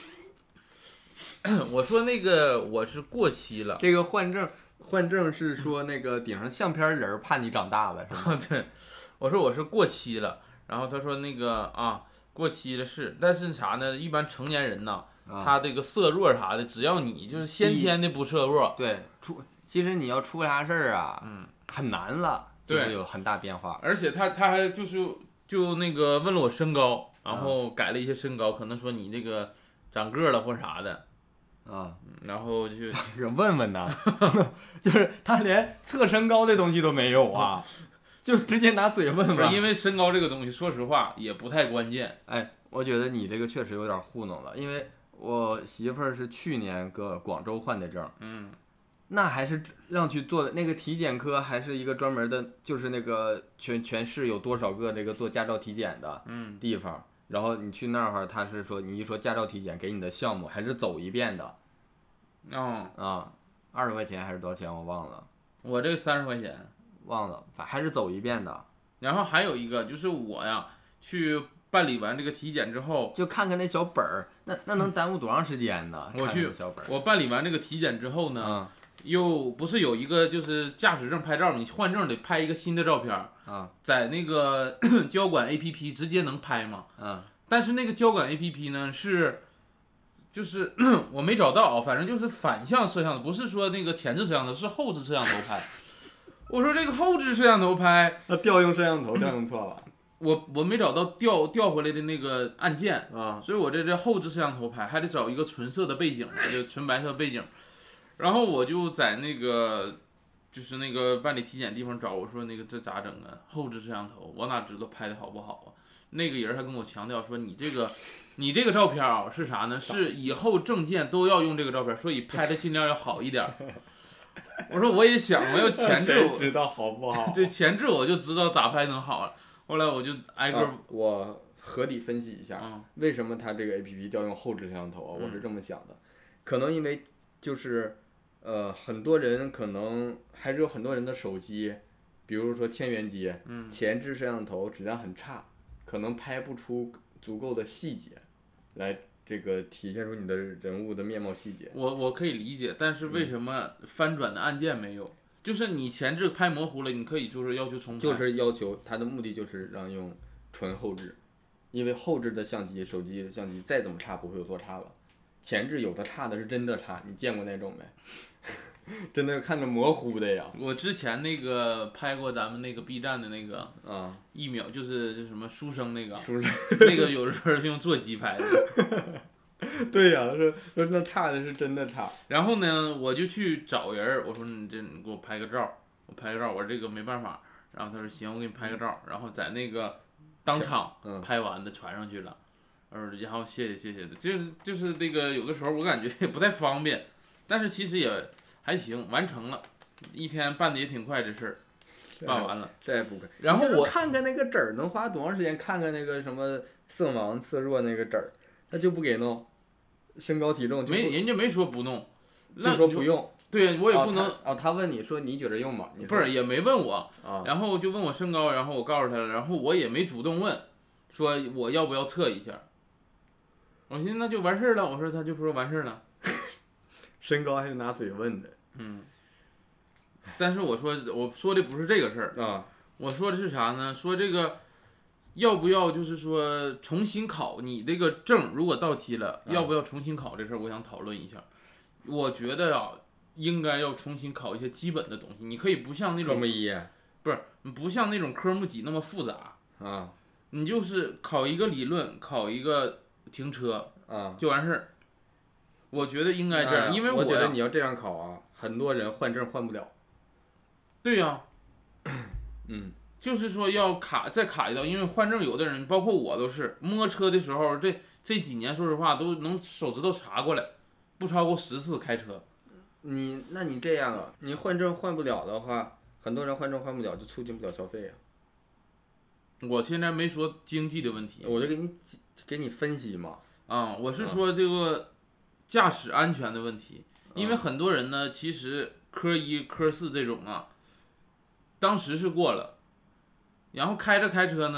我说那个我是过期了， 这个换证换证是说那个顶上相片人怕你长大了是吗？ 对，我说我是过期了，然后他说那个啊过期了是，但是啥呢？一般成年人呐， 啊、 他这个色弱啥的，只要你就是先天的不色弱， 对，出其实你要出啥事儿啊， 嗯， 很难了，就会有很大变化。 而且他他还就是就那个问了我身高，然后改了一些身高，可能说你那个长个了或啥的。 啊， 然后就问问呐，就是他连测身高的东西都没有啊，就直接拿嘴问问。 因为身高这个东西，说实话也不太关键。 哎，我觉得你这个确实有点糊弄了，因为我媳妇儿是去年搁广州换的证， 嗯， 那还是让去做的那个体检科，还是一个专门的，就是那个全全市有多少个这个做驾照体检的地方。嗯，然后你去那儿，他是说你一说驾照体检给你的项目还是走一遍的， 哦啊，二十块钱还是多少钱我忘了， 我这三十块钱忘了，反还是走一遍的。 然后还有一个就是我呀，去办理完这个体检之后， 就看看那小本儿，那那能耽误多长时间呢？ 我去小本儿， 我办理完这个体检之后呢， 嗯， 又不是有一个就是驾驶证拍照，你换证得拍一个新的照片啊， 在那个交管 A P P 直接能拍嘛， 嗯。 但是那个交管 A P P 呢是，就是我没找到，反正就是反向摄像头，不是说那个前置摄像头，是后置摄像头拍。我说这个后置摄像头拍， 那调用摄像头调用错了， 我我没找到调调回来的那个按键啊， 所以我这这后置摄像头拍还得找一个纯色的背景，就纯白色背景。然后我就在那个就是那个办理体检地方找，我说那个这咋整啊？后置摄像头，我哪知道拍的好不好啊？那个人还跟我强调说，你这个，你这个照片啊是啥呢？是以后证件都要用这个照片，所以拍的尽量要好一点。我说我也想，我要前置，我知道好不好？ 对，前置我就知道咋拍能好了。后来我就挨个、啊， 我合理分析一下， 嗯、 为什么他这个 A P P 调用后置摄像头啊？ 嗯、 我是这么想的，可能因为就是呃很多人可能还是有很多人的手机，比如说千元机， 嗯、 前置摄像头质量很差。可能拍不出足够的细节，来这个体现出你的人物的面貌细节。 我我可以理解，但是为什么翻转的按键没有？嗯、就是你前置拍模糊了，你可以就是要求重拍。 就是要求它的目的就是让用纯后置，因为后置的相机、手机相机再怎么差不会有多差了，前置有的差的是真的差，你见过那种没？真的看着模糊的呀！ 我之前那个拍过咱们那个 B 站的那个啊， 一秒就是就什么书生那个， 书生那个有的时候是用座机拍的。 对呀、啊，说说那差的是真的差。 然后呢，我就去找人，我说你这你给我拍个照，我拍个照，我说这个没办法。然后他说行，我给你拍个照，然后在那个当场拍完的传上去了。嗯，然后谢谢谢谢的，就是就是那个有的时候我感觉也不太方便，但是其实也。还行，完成了，一天办的也挺快，这事儿办完了， 这也不快。 然后我看看那个纸儿能花多长时间？看看那个什么色盲、色弱那个纸儿，他就不给弄。身高体重没，人家没说不弄， 就说不用。 对我也不能啊、哦，他问你说你觉得用吗？你不是也没问我， 啊、 然后就问我身高，然后我告诉他了，然后我也没主动问，说我要不要测一下。我寻思那就完事儿了，我说他就说完事儿了。 身高还是拿嘴问的， 嗯，但是我说我说的不是这个事儿啊， 我说的是啥呢？说这个要不要就是说重新考你这个证，如果到期了， 啊、 要不要重新考这事儿？我想讨论一下。我觉得啊，应该要重新考一些基本的东西。你可以不像那种科目一， 不是不像那种科目几那么复杂啊， 你就是考一个理论，考一个停车啊， 就完事儿。我觉得应该这样， 哎、 因为我我觉得你要这样考啊，很多人换证换不了。 对呀、 啊，嗯， 就是说要卡再卡一道，因为换证有的人，包括我都是摸车的时候，这这几年说实话都能手指头查过来，不超过十次开车。 你那你这样啊，你换证换不了的话，很多人换证换不了就促进不了消费啊。 我现在没说经济的问题， 我就给你给你分析嘛。 啊、嗯，我是说这个。驾驶安全的问题，因为很多人呢，其实科一、科四这种啊，当时是过了，然后开着开车呢，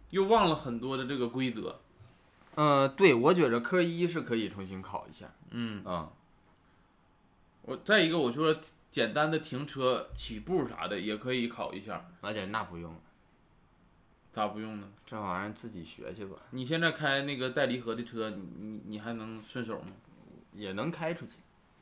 又忘了很多的这个规则。 呃，对，我觉着科一是可以重新考一下。 嗯嗯， 我再一个我说简单的停车、起步啥的也可以考一下。 而且那不用， 咋不用呢？ 这玩意儿自己学去吧。 你现在开那个带离合的车，你你你还能顺手吗？ 也能开出去，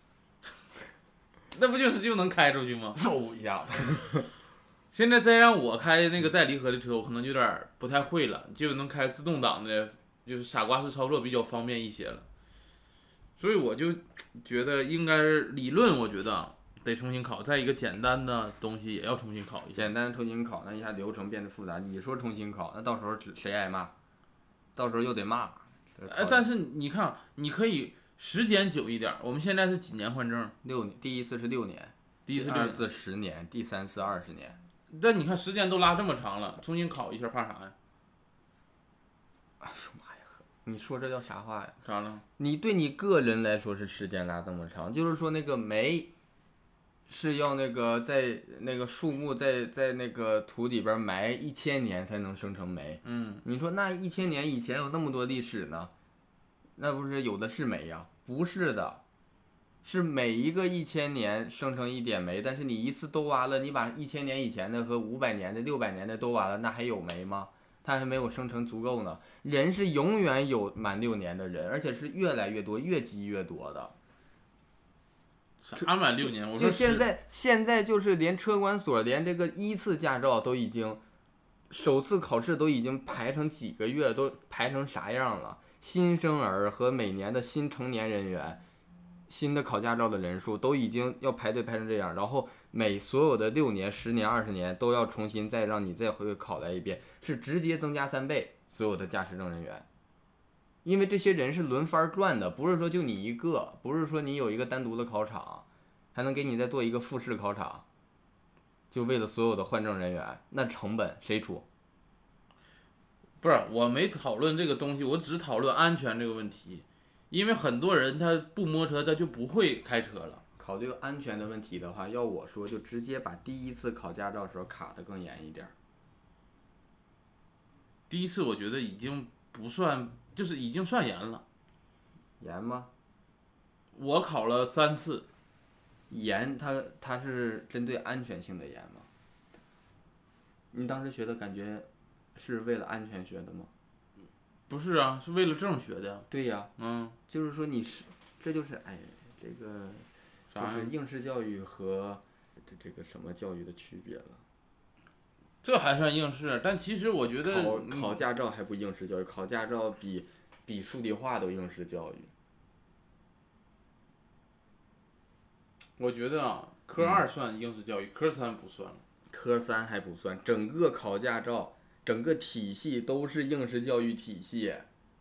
那不就是就能开出去吗？ 嗖一下子。 现在再让我开那个带离合的车，我可能有点不太会了，就能开自动挡的，就是傻瓜式操作比较方便一些了。所以我就觉得应该是理论，我觉得得重新考，再一个简单的东西也要重新考一下。 简单重新考，那一下流程变得复杂。你说重新考，那到时候谁挨骂？到时候又得骂。 哎，但是你看，你可以时间久一点。我们现在是几年换证？ 六年，第一次是六年， 第一次第二次十年，第三次二十年。 但你看时间都拉这么长了，重新考一下怕啥呀？ 哎呦妈呀！你说这叫啥话呀？ 咋了？ 你对你个人来说是时间拉这么长，就是说那个煤是要那个在那个树木在在那个土里边埋一千年才能生成煤。 嗯， 你说那一千年以前有那么多历史呢？那不是有的是煤呀？不是的，是每一个一千年生成一点煤，但是你一次都挖了，你把一千年以前的和五百年的、六百年的都挖了，那还有煤吗？它还没有生成足够呢。人是永远有满六年的人，而且是越来越多、越积越多的。 啥满六年？我说就现在，现在就是连车管所连这个一次驾照都已经，首次考试都已经排成几个月，都排成啥样了？新生儿和每年的新成年人员，新的考驾照的人数都已经要排队排成这样，然后每所有的六年、十年、二十年都要重新再让你再回考来一遍，是直接增加三倍所有的驾驶证人员。因为这些人是轮番转的，不是说就你一个，不是说你有一个单独的考场，还能给你再做一个复试考场，就为了所有的换证人员，那成本谁出？ 不是，我没讨论这个东西，我只讨论安全这个问题。因为很多人他不摸车，他就不会开车了。 考虑安全的问题的话，要我说就直接把第一次考驾照的时候卡得更严一点。 第一次我觉得已经不算，就是已经算严了。 严吗？ 我考了三次。 严，它它是针对安全性的严吗？你当时学的感觉是为了安全学的吗？ 不是啊，是为了证学的。 对呀， 嗯， 就是说你是，这就是哎，这个就是应试教育和这这个什么教育的区别了。 这还算应试，但其实我觉得考考驾照还不应试教育，考驾照比比数理化都应试教育。 我觉得啊，科二算应试教育，嗯、科三不算了。 科三还不算，整个考驾照。整个体系都是应试教育体系。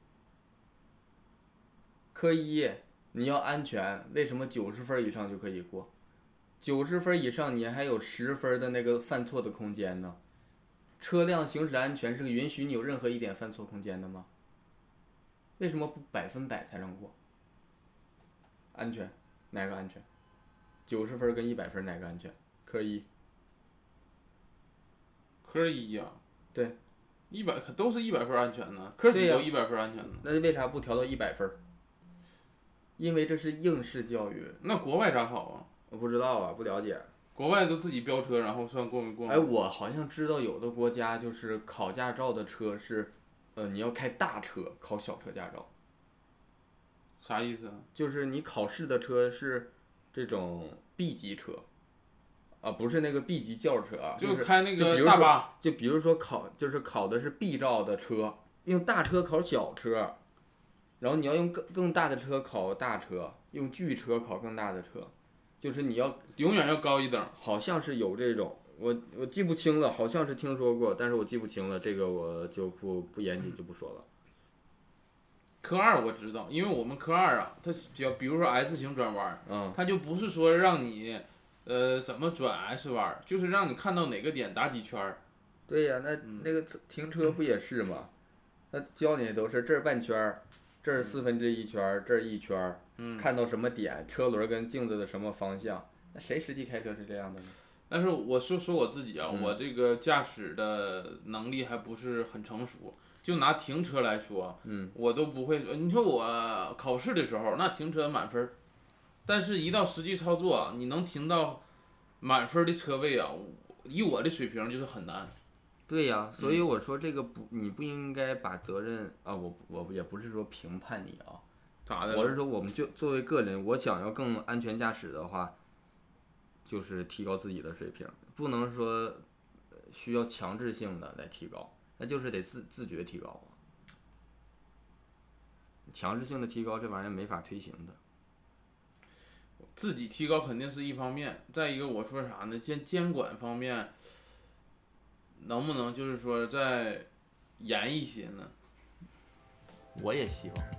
科一你要安全，为什么九十分以上就可以过？九十分以上你还有十分的那个犯错的空间呢。车辆行驶安全是允许你有任何一点犯错空间的吗？为什么不百分百才让过？安全，哪个安全？九十分跟一百分哪个安全？科一。 科一呀、啊。 对， 一百可都是一百分安全呢，科几都一百分安全呢、啊。 那为啥不调到一百分？因为这是应试教育。 那国外咋考啊？ 我不知道啊，不了解。 国外都自己飙车，然后算过没过。 哎，我好像知道有的国家就是考驾照的车是，呃，你要开大车考小车驾照。 啥意思啊？ 就是你考试的车是这种 B 级车。啊，不是那个 B 级轿车啊， 就开那个大巴。 就比如说考，就是考的是 B 照的车，用大车考小车，然后你要用更更大的车考大车，用巨车考更大的车，就是你要永远要高一等。 好像是有这种，我我记不清了，好像是听说过，但是我记不清了，这个我就不不严谨就不说了。 科二我知道，因为我们科二啊，它比较，比如说 S 型转弯， 嗯， 它就不是说让你。呃，怎么转 S 弯？就是让你看到哪个点打几圈儿。 对呀、啊，那、嗯、那个停车不也是吗？那教你都是这儿半圈儿，这儿四分之一圈儿，这儿一圈儿。 嗯。 看到什么点，车轮跟镜子的什么方向？那谁实际开车是这样的呢？ 但是我说说我自己啊， 嗯、 我这个驾驶的能力还不是很成熟。就拿停车来说， 嗯， 我都不会。你说我考试的时候，那停车满分，但是一到实际操作，你能停到满分的车位啊，以我的水平就是很难。 对呀、啊，所以我说这个不，你不应该把责任啊，我我也不是说评判你啊， 咋的？ 我是说，我们就作为个人，我想要更安全驾驶的话，就是提高自己的水平，不能说需要强制性的来提高。那就是得自自觉提高啊，强制性的提高这玩意儿没法推行的。 自己提高肯定是一方面，再一个我说啥呢？监监管方面，能不能就是说再严一些呢？ 我也希望。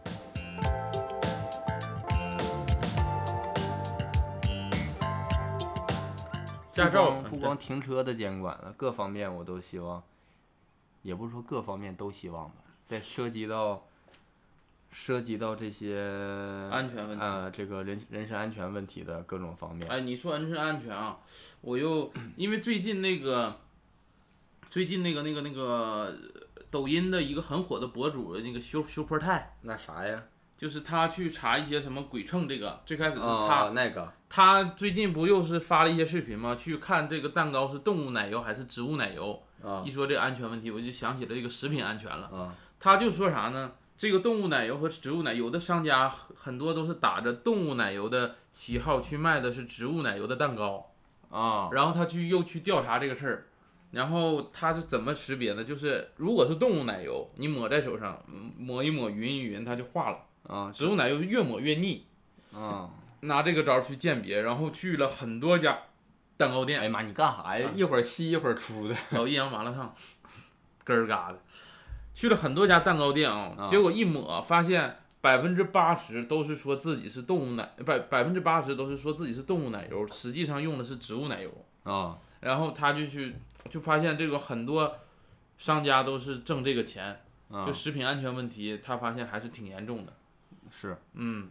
驾照不光停车的监管了，各方面我都希望。也不是说各方面都希望吧，在涉及到涉及到这些安全问题， 呃，这个人人身安全问题的各种方面。 哎，你说人身安全啊，我又因为最近那个最近那个那个那个抖音的一个很火的博主，那个修修坡泰， 那啥呀？ 就是他去查一些什么鬼秤，这个最开始是他、 哦、那个， 他最近不又是发了一些视频吗？去看这个蛋糕是动物奶油还是植物奶油。 啊、 一说这个安全问题，我就想起了这个食品安全了。 啊、 他就说啥呢？这个动物奶油和植物奶油，有的商家很多都是打着动物奶油的旗号去卖的是植物奶油的蛋糕啊。 然后他去又去调查这个事儿，然后他是怎么识别的？就是如果是动物奶油，你抹在手上，抹一抹，匀一匀，它就化了。 啊， 植物奶油越抹越腻。 啊， 拿这个招去鉴别，然后去了很多家蛋糕店。 哎呀妈，你干啥呀？一会儿稀一会儿出的。 老一阳麻辣烫，根儿嘎的。去了很多家蛋糕店啊， 啊结果一抹，发现百分之八十都是说自己是动物奶，百百分之八十都是说自己是动物奶油，实际上用的是植物奶油啊。 然后他就去就发现这个很多商家都是挣这个钱， 啊、 就食品安全问题，他发现还是挺严重的。 是， 嗯，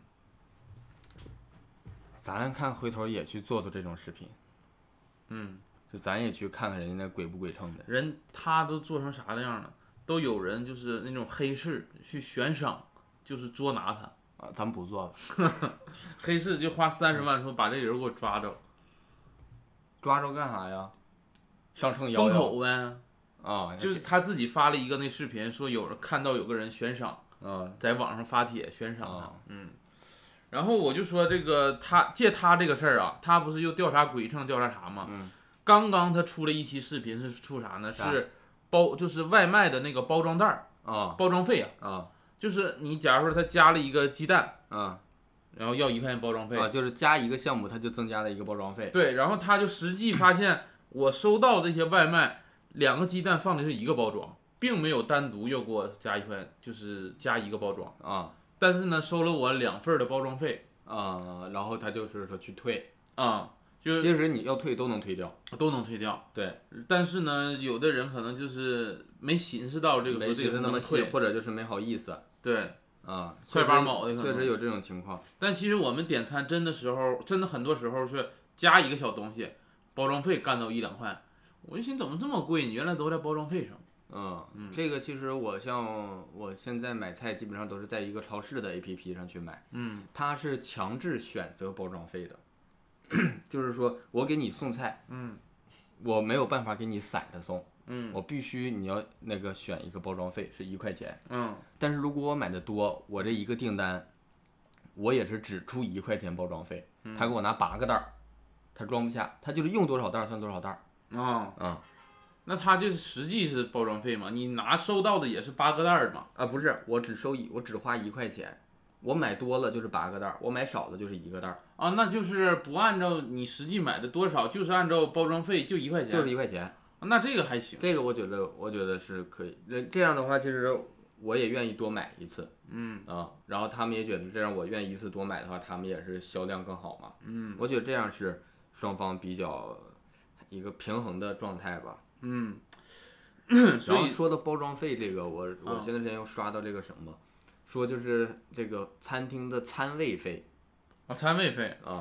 咱看回头也去做做这种视频， 嗯， 就咱也去看看人家那鬼不鬼称的人，他都做成啥样了？都有人就是那种黑市去悬赏，就是捉拿他啊，咱不做了。 黑市就花三十万说把这人给我抓着， 抓着干啥呀？上秤摇封摇口呗。 啊， 就是他自己发了一个那视频，说有人看到有个人悬赏， 啊， 在网上发帖悬赏他， 啊、 嗯。然后我就说这个他借他这个事儿啊，他不是又调查鬼秤调查啥吗？ 嗯。 刚刚他出了一期视频是出啥呢？是包就是外卖的那个包装袋儿啊， 包装费啊，啊， 就是你假如说他加了一个鸡蛋啊， 然后要一块钱包装费啊，就是加一个项目他就增加了一个包装费。 对，然后他就实际发现我收到这些外卖，两个鸡蛋放的是一个包装，并没有单独要给我加一块，就是加一个包装啊。 但是呢，收了我两份的包装费啊，然后他就是说去退啊，就其实你要退都能退掉， 都能退掉。 对， 但是呢，有的人可能就是没寻思到这个， 没寻思那么细，或者就是没好意思。 对， 啊， 快八毛的确实有这种情况。 但其实我们点餐真的时候，真的很多时候是加一个小东西，包装费干到一两块，我就寻思怎么这么贵？你原来都在包装费上。 嗯，嗯这个其实我像我现在买菜基本上都是在一个超市的 A P P 上去买， 嗯， 它是强制选择包装费的，就是说我给你送菜， 嗯， 我没有办法给你散着送， 嗯， 我必须你要那个选一个包装费是一块钱， 嗯， 但是如果我买的多，我这一个订单，我也是只出一块钱包装费， 嗯、 他给我拿八个袋儿，他装不下，他就是用多少袋算多少袋儿， 啊， 嗯。 那他这实际是包装费嘛？你拿收到的也是八个袋儿嘛？ 啊，不是，我只收一，我只花一块钱，我买多了就是八个袋儿，我买少了就是一个袋儿。 啊，那就是不按照你实际买的多少，就是按照包装费就一块钱。 就是一块钱。 啊、那这个还行。 这个我觉得，我觉得是可以。这样的话，其实我也愿意多买一次。 嗯啊，然后他们也觉得这样我愿意一次多买的话，他们也是销量更好嘛。 嗯， 我觉得这样是双方比较一个平衡的状态吧。 嗯。 然后说到包装费这个，我我前段时间又刷到这个什么，说就是这个餐厅的餐位费啊，餐位费啊，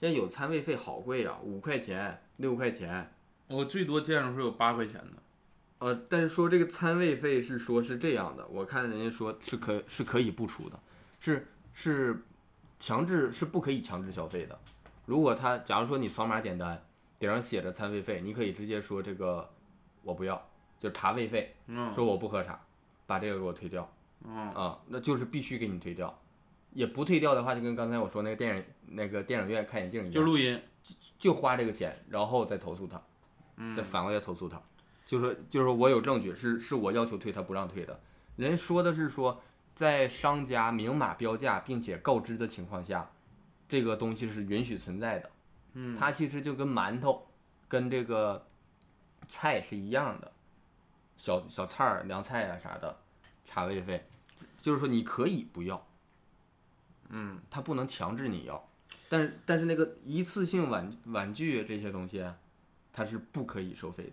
现在有餐位费好贵啊，五块钱、六块钱。 我最多见着说有八块钱的。 呃，但是说这个餐位费是说是这样的，我看人家说是可是可以不出的，是是强制是不可以强制消费的。如果他假如说你扫码点单，顶上写着餐位费，你可以直接说这个我不要，就茶位费， 嗯， 说我不喝茶，把这个给我退掉。 嗯啊，那就是必须给你退掉，也不退掉的话，就跟刚才我说那个电影那个电影院看眼镜一样， 就录音， 就花这个钱，然后再投诉他， 嗯， 再反过来投诉他，就说就是说我有证据，是是我要求退，他不让退的。人说的是说，在商家明码标价并且告知的情况下，这个东西是允许存在的。 嗯， 它其实就跟馒头、跟这个菜是一样的，小小菜儿、凉菜啊啥的，茶位费。就是说你可以不要， 嗯， 他不能强制你要，但是但是那个一次性玩玩具这些东西，它是不可以收费的。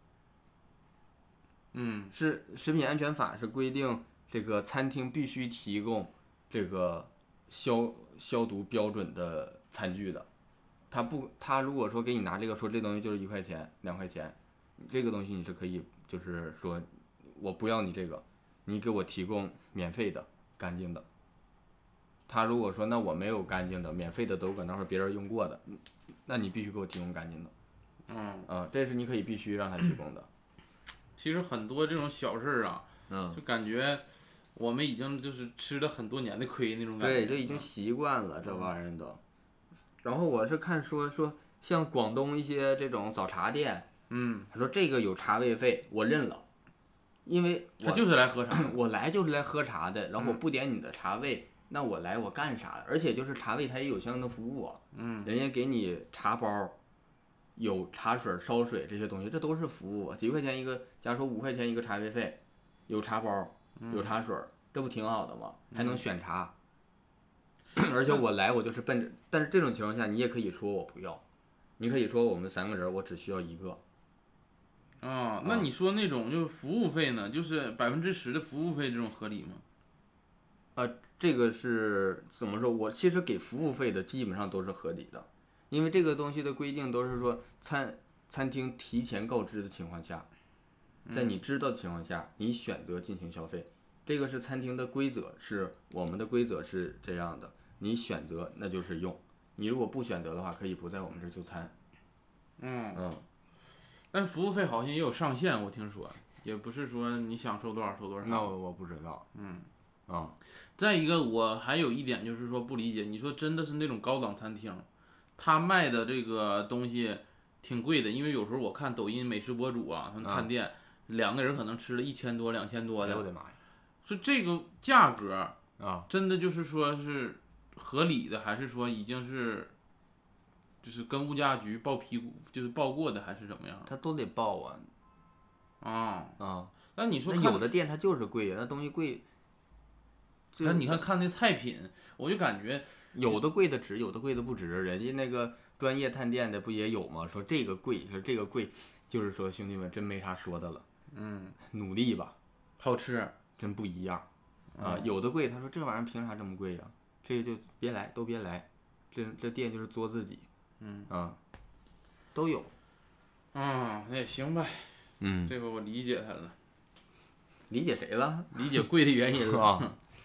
嗯， 是食品安全法是规定这个餐厅必须提供这个消消毒标准的餐具的，他不他如果说给你拿这个说这东西就是一块钱两块钱，这个东西你是可以就是说我不要你这个。你给我提供免费的、干净的。他如果说那我没有干净的，免费的都搁那会儿别人用过的，那你必须给我提供干净的。 嗯， 嗯，这是你可以必须让他提供的。 其实很多这种小事儿啊， 嗯， 就感觉我们已经就是吃了很多年的亏那种感觉。 对，就已经习惯了这玩意儿都。然后我是看说说像广东一些这种早茶店， 嗯， 他说这个有茶位费，我认了。因为他就是来喝茶， 我来就是来喝茶的，然后我不点你的茶位，嗯、那我来我干啥？而且就是茶位它也有相应的服务啊， 嗯， 人家给你茶包，有茶水、烧水这些东西，这都是服务啊，几块钱一个，假如说五块钱一个茶位费，有茶包，有茶水，这不挺好的吗？还能选茶，嗯、而且我来我就是奔着，但是这种情况下你也可以说我不要，你可以说我们三个人我只需要一个。 啊，那你说那种就是服务费呢？就是百分之十的服务费，这种合理吗？ 呃，这个是怎么说？我其实给服务费的基本上都是合理的，因为这个东西的规定都是说餐餐厅提前告知的情况下，在你知道的情况下，你选择进行消费，这个是餐厅的规则，是我们的规则是这样的，你选择那就是用，你如果不选择的话，可以不在我们这儿就餐。 嗯嗯。 但服务费好像也有上限，我听说，也不是说你想收多少收多少。 那我我不知道。 嗯， 啊， 再一个，我还有一点就是说不理解，你说真的是那种高档餐厅，他卖的这个东西挺贵的，因为有时候我看抖音美食博主啊，他们探店，嗯、两个人可能吃了一千多、两千多的。 哎我的妈呀！ 说这个价格啊， 真的就是说是合理的，还是说已经是？就是跟物价局报批就是报过的还是怎么样？ 他都得报啊。 啊啊！ 那你说那有的店它就是贵呀，那东西贵。 那你看看那菜品，我就感觉有的贵的值，有的贵的不值。人家那个专业探店的不也有吗？说这个贵，说这个贵，就是说兄弟们真没啥说的了。 嗯， 努力吧， 好吃， 真不一样啊！有的贵，他说这玩意儿凭啥这么贵呀？这个就别来，都别来，这这店就是作自己。 嗯啊，都有， 啊，那也行呗， 嗯， 这个我理解他了， 理解谁了？ 理解贵的原因了。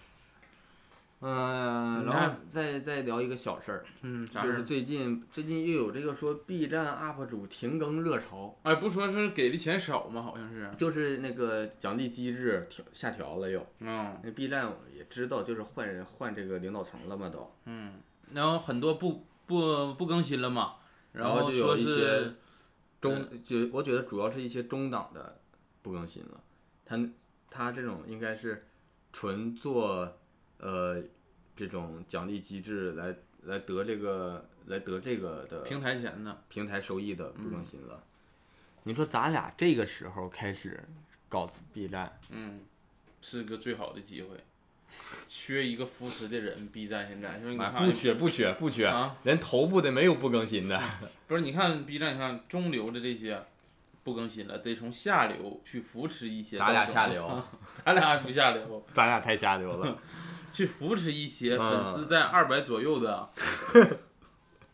嗯，然后再再聊一个小事儿， 嗯， 就是最近最近又有这个说 B 站 U P 主停更热潮， 哎，不说是给的钱少吗？好像是， 就是那个奖励机制调下调了又， 嗯， 那 B 站也知道，就是换人换这个领导层了嘛都， 嗯，然后很多不。不不更新了嘛，然后就有一些中， 呃、 就我觉得主要是一些中档的不更新了，他他这种应该是纯做呃这种奖励机制来来得这个来得这个的平台钱的平台收益的不更新了。嗯、你说咱俩这个时候开始搞 B 站， 嗯，是个最好的机会。缺一个扶持的人 ，B 站现在就是你看， 不缺不缺不缺啊， 连头部的没有不更新的。 不是，你看 B 站，你看中流的这些不更新了，得从下流去扶持一些。 咱俩下流， 咱俩还不下流， 咱俩太下流了。 去扶持一些粉丝在二百左右的，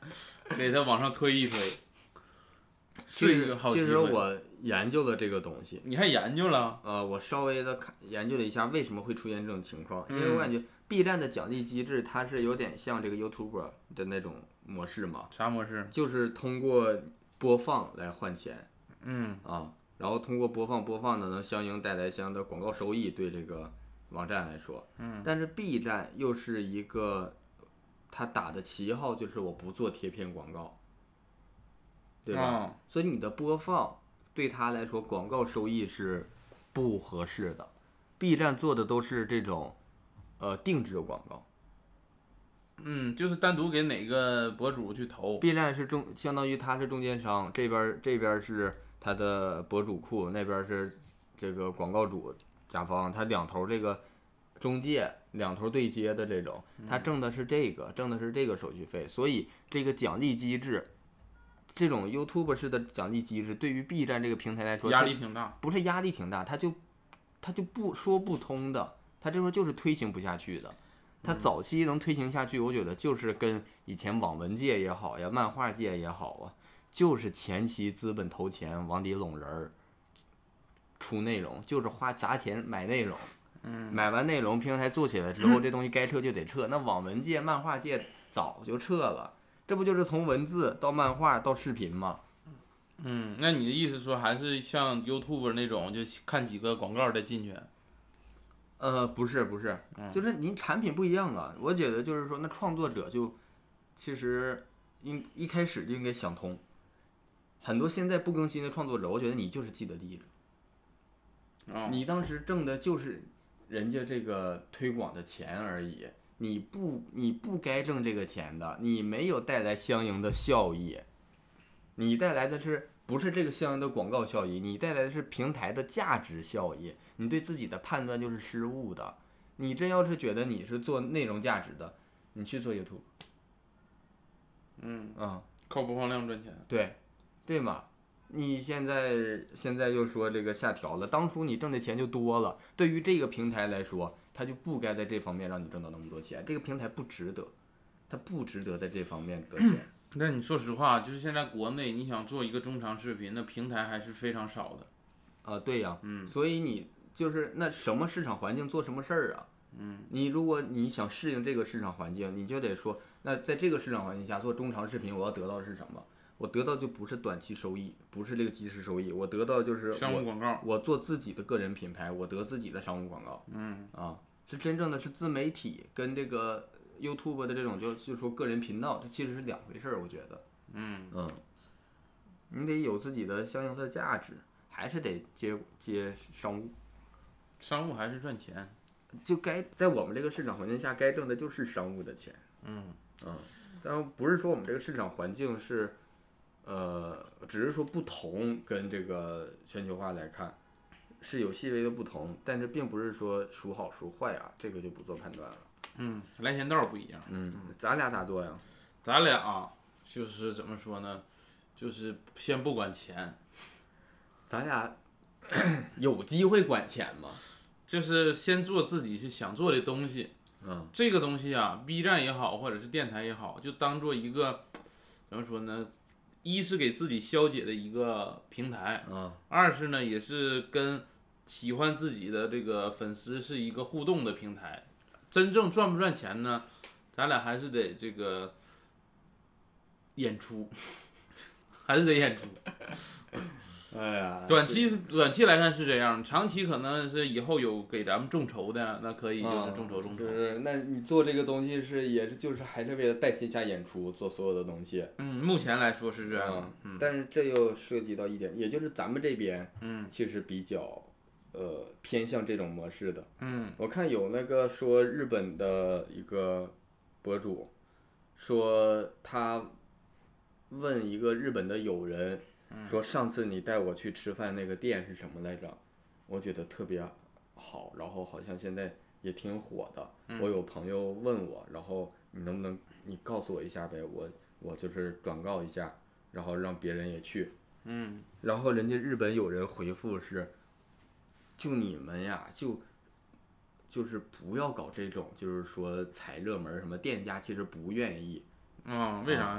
给他往上推一推， 其是一个好机会。 其实我研究了这个东西， 你还研究了？ 呃，我稍微的看研究了一下为什么会出现这种情况，因为嗯我感觉 B 站的奖励机制它是有点像这个 YouTuber 的那种模式嘛， 啥模式？ 就是通过播放来换钱嗯啊，然后通过播放播放呢，能相应带来相应的广告收益，对这个网站来说， 嗯， 但是 B 站又是一个，它打的旗号就是我不做贴片广告，对吧？ 哦所以你的播放对他来说广告收益是不合适的。B 站做的都是这种呃定制广告嗯，就是单独给哪个博主去投。 ，B 站是中相当于它是中间商，这边这边是它的博主库，那边是这个广告主甲方，它两头这个中介两头对接的这种，它挣的是这个，挣的是这个手续费，所以这个奖励机制，这种 YouTube 式的奖励机制，对于 B 站这个平台来说， 压力挺大。 不是压力挺大，它就它就不说不通的，它这时候就是推行不下去的。它早期能推行下去，我觉得就是跟以前网文界也好呀，漫画界也好啊，就是前期资本投钱往里拢人儿，出内容，就是花砸钱买内容。 嗯， 买完内容，平台做起来之后，这东西该撤就得撤。那网文界、漫画界早就撤了，这不就是从文字到漫画到视频吗？ 嗯，那你的意思说还是像 YouTube 那种，就看几个广告再进去？ 呃，不是不是，就是您产品不一样啊。我觉得就是说，那创作者就其实应一开始就应该想通。很多现在不更新的创作者，我觉得你就是既得利益者， 哦， 你当时挣的就是人家这个推广的钱而已，你不你不该挣这个钱的，你没有带来相应的效益，你带来的是不是这个相应的广告效益？你带来的是平台的价值效益，你对自己的判断就是失误的。你真要是觉得你是做内容价值的，你去做 YouTube， 嗯嗯， 靠播放量赚钱。 对，对嘛？你现在现在又说这个下调了，当初你挣的钱就多了，对于这个平台来说，它就不该在这方面让你挣到那么多钱，这个平台不值得，它不值得在这方面得钱。 那你说实话，就是现在国内你想做一个中长视频，那平台还是非常少的。 啊，对呀， 嗯， 所以你就是那什么市场环境做什么事儿啊？ 嗯， 你如果你想适应这个市场环境，你就得说，那在这个市场环境下做中长视频，我要得到的是什么？我得到就不是短期收益，不是这个即时收益，我得到就是我商务广告， 我做自己的个人品牌，我得自己的商务广告， 嗯啊，是真正的是自媒体跟这个 YouTube 的这种就就说个人频道，这其实是两回事儿，我觉得， 嗯嗯，你得有自己的相应的价值，还是得接接商务， 商务还是赚钱。 就该在我们这个市场环境下，该挣的就是商务的钱， 嗯嗯，但不是说我们这个市场环境是。呃，只是说不同，跟这个全球化来看，是有细微的不同，但是并不是说孰好孰坏啊，这个就不做判断了。 嗯，来钱道不一样。 嗯，咱俩咋做呀？ 咱俩、啊、就是怎么说呢？就是先不管钱， 咱俩有机会管钱吗？ 就是先做自己是想做的东西。 嗯， 这个东西啊 ，B 站也好，或者是电台也好，就当做一个怎么说呢？一是给自己消解的一个平台， 嗯， 二是呢也是跟喜欢自己的这个粉丝是一个互动的平台。真正赚不赚钱呢？咱俩还是得这个演出，还是得演出。 哎呀， 短期是短期来看是这样，长期可能是以后有给咱们众筹的，那可以就是众筹众筹。 就是，那你做这个东西是也是就是还是为了带线下演出做所有的东西。 嗯，目前来说是这样。 嗯，但是这又涉及到一点，也就是咱们这边， 嗯， 其实比较呃偏向这种模式的。 嗯， 我看有那个说日本的一个博主，说他问一个日本的友人。说上次你带我去吃饭那个店是什么来着？我觉得特别好，然后好像现在也挺火的。我有朋友问我，然后你能不能你告诉我一下呗？我我就是转告一下，然后让别人也去。 嗯， 然后人家日本有人回复是，就你们呀，就就是不要搞这种，就是说踩热门什么，店家其实不愿意。 啊、哦，为啥呀？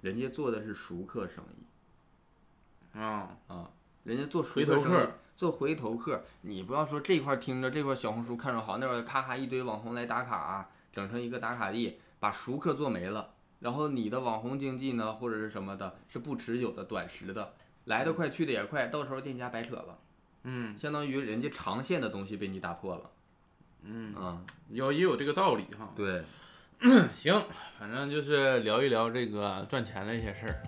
人家做的是熟客生意啊啊，人家做熟回头客， 做回头客。你不要说这块听着这块小红书看着好，那块咔咔一堆网红来打卡、啊，整成一个打卡地，把熟客做没了。然后你的网红经济呢，或者是什么的，是不持久的、短时的，来得快去的也快，到时候店家白扯了。 嗯， 相当于人家长线的东西被你打破了。 嗯啊， 有也有这个道理哈。 对， 行，反正就是聊一聊这个赚钱的一些事儿。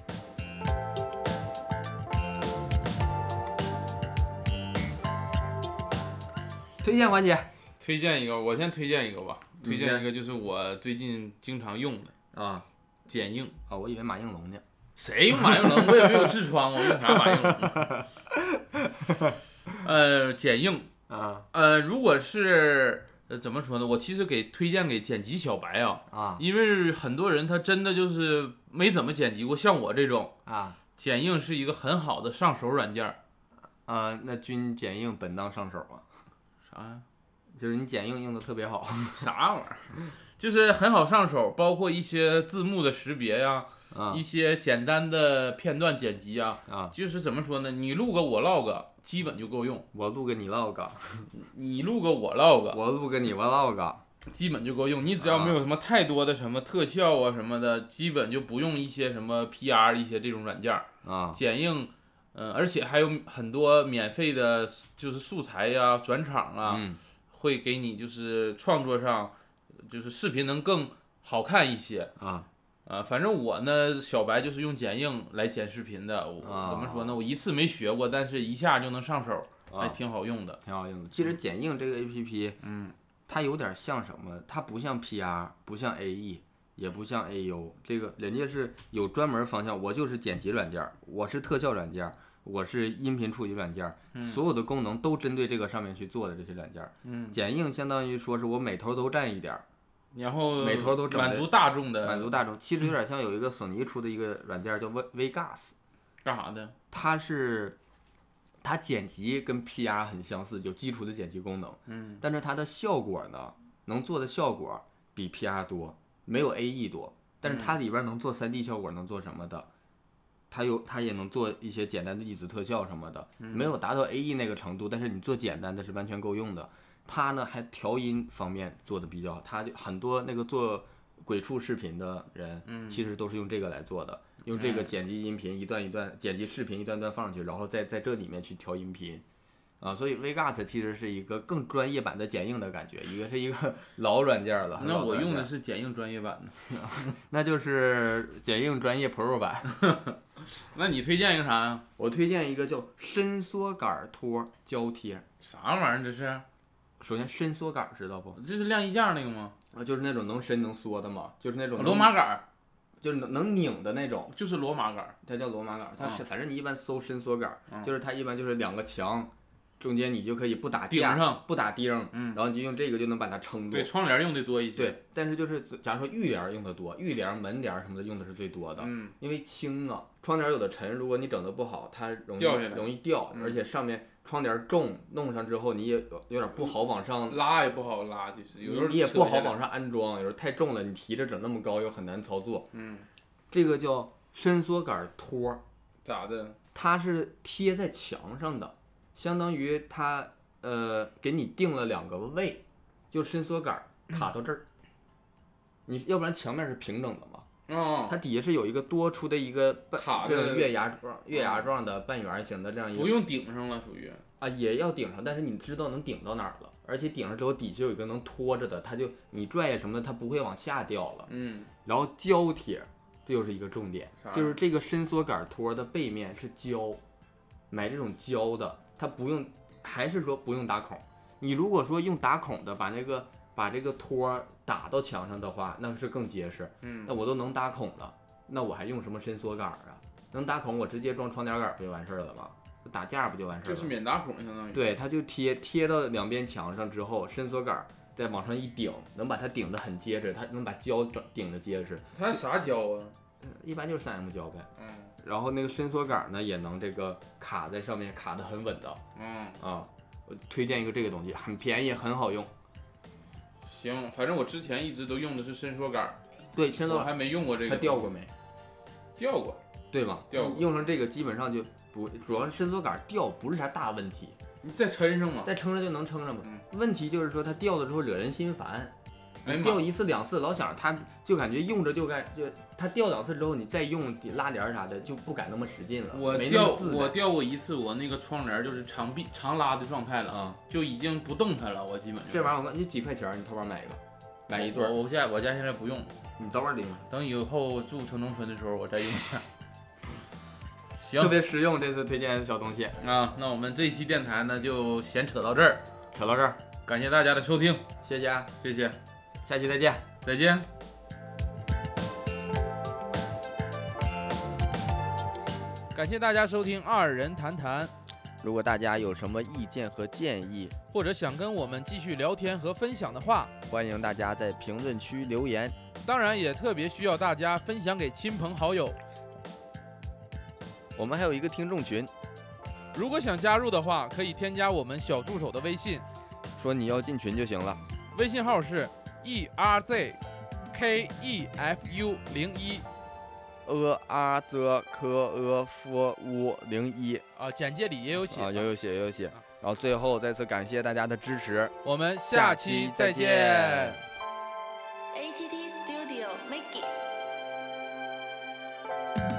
推荐环节， 推荐一个，我先推荐一个吧。推荐一个就是我最近经常用的啊， 剪映啊，我以为马应龙呢。 谁用马应龙？我也没有痔疮，我用啥马应龙？呃，剪映啊， 呃，如果是呃怎么说呢？我其实给推荐给剪辑小白啊啊， 因为很多人他真的就是没怎么剪辑过，像我这种啊， 剪映是一个很好的上手软件。 啊，那君剪映本当上手啊？ 啥呀？ 就是你剪映用的特别好。 啥玩意儿？就是很好上手，包括一些字幕的识别呀、 啊， 一些简单的片段剪辑啊， 啊， 就是怎么说呢？你录个我 log 基本就够用。 我录个你 log， 你录个我 log， 我录个你 vlog， 基本就够用。你只要没有什么太多的什么特效啊什么的，基本就不用一些什么 P R 一些这种软件啊， 剪映。嗯，而且还有很多免费的，就是素材呀、转场啊， 嗯， 会给你就是创作上，就是视频能更好看一些啊。 啊，反正我呢，小白就是用剪映来剪视频的。我、 啊、 怎么说呢？我一次没学过，但是一下就能上手， 啊、 还挺好用的， 挺好用的。其实剪映这个 A P P， 嗯， 它有点像什么？它不像 P R， 不像 A E， 也不像 A U， 这个人家是有专门方向。我就是剪辑软件，我是特效软件。我是音频处理软件， 嗯、 所有的功能都针对这个上面去做的这些软件。 嗯， 剪映相当于说是我每头都占一点， 然后每头都整满足大众的， 满足大众。其实有点像有一个索尼出的一个软件叫 Vegas， 干啥的？ 它是它剪辑跟 P R 很相似，有基础的剪辑功能。 嗯， 但是它的效果呢，能做的效果比 P R 多，没有 A E 多。但是它里边能做 三 D 效果，能做什么的？它有，它也能做一些简单的粒子特效什么的，没有达到 A E 那个程度，但是你做简单的是完全够用的。它呢还调音方面做的比较好，它就很多那个做鬼畜视频的人，其实都是用这个来做的，用这个剪辑音频一段一段，剪辑视频一段段放上去，然后再在这里面去调音频。啊，所以 Vegas 其实是一个更专业版的剪映的感觉，一个是一个老软件了。 那我用的是剪映专业版的， 那就是剪映专业 Pro 版。 那你推荐一个啥呀？ 我推荐一个叫伸缩杆托胶贴。 啥玩意儿这是？ 首先伸缩杆知道不？ 这是晾衣架那个吗？ 啊，就是那种能伸能缩的嘛，就是那种罗马杆， 就是能能拧的那种， 就是罗马杆， 它叫罗马杆。它是、 嗯、 反正你一般搜伸缩杆， 嗯、 就是它一般就是两个墙。中间你就可以不打顶上不打钉， 嗯， 然后你就用这个就能把它撑住。 对，窗帘用的多一些。 对，但是就是假如说浴帘用的多，浴帘、门帘什么的用的是最多的， 嗯， 因为轻啊。窗帘有的沉，如果你整的不好，它容易掉下来， 容易掉， 嗯、 而且上面窗帘重，弄上之后你也有有点不好往上拉，也不好拉，就是有时候你你也不好往上安装，有时候太重了，你提着整那么高又很难操作。 嗯， 这个叫伸缩杆托， 咋的？ 它是贴在墙上的，相当于它。呃，给你定了两个位，就伸缩杆卡到这儿，你要不然墙面是平整的嘛， 哦， 它底下是有一个多出的一个卡这种月牙状、月牙状的半圆形的这样一个， 不用顶上了，属于啊，也要顶上，但是你知道能顶到哪儿了，而且顶上之后底下有一个能拖着的，它就你拽呀什么的，它不会往下掉了。 嗯， 然后胶贴，这就是一个重点，就是这个伸缩杆托的背面是胶，买这种胶的，它不用。还是说不用打孔，你如果说用打孔的把那个把这个托打到墙上的话，那是更结实。 嗯， 那我都能打孔了，那我还用什么伸缩杆啊？能打孔我直接装窗帘杆不就完事儿了吗？打架不就完事儿了？ 就是免打孔相当于。 对，它就贴贴到两边墙上之后，伸缩杆再往上一顶，能把它顶得很结实，它能把胶整顶得结实。 它啥胶啊？ 一般就是 三 M 胶呗。 嗯。 然后那个伸缩杆呢，也能这个卡在上面，卡得很稳的。 嗯啊，我推荐一个这个东西，很便宜，很好用。 行，反正我之前一直都用的是伸缩杆。 对，伸缩我还没用过这个。 它掉过没？ 掉过， 对吗？ 掉过用上这个基本上就不，主要是伸缩杆掉不是啥大问题， 你再抻上嘛， 再撑着就能撑着嘛。 嗯、 问题就是说它掉的时候惹人心烦。 哎、 掉一次两次，老想它就感觉用着就该就它掉两次之后，你再用拉帘啥的就不敢那么使劲了。 我掉我掉过一次，我那个窗帘就是长闭长拉的状态了啊、嗯，就已经不动弹了。我基本上这玩意儿我告诉你几块钱，你淘宝买一个，买一对。 我我家我家现在不用， 你早晚得用。 等以后住城中村的时候我再用一下。行， 特别实用，这次推荐的小东西啊。那我们这一期电台呢就先扯到这儿， 扯到这儿， 感谢大家的收听， 谢谢， 谢谢。 下期再见， 再见。感谢大家收听二人谈谈。 如果大家有什么意见和建议， 或者想跟我们继续聊天和分享的话， 欢迎大家在评论区留言。 当然，也特别需要大家分享给亲朋好友。 我们还有一个听众群， 如果想加入的话，可以添加我们小助手的微信， 说你要进群就行了。 微信号是 E R Z K E F U 零一， 呃啊则科呃夫乌零一啊，简介里也有写啊，有有写有有写。然后最后再次感谢大家的支持， 我们下期再见。 A T T Studio Make It。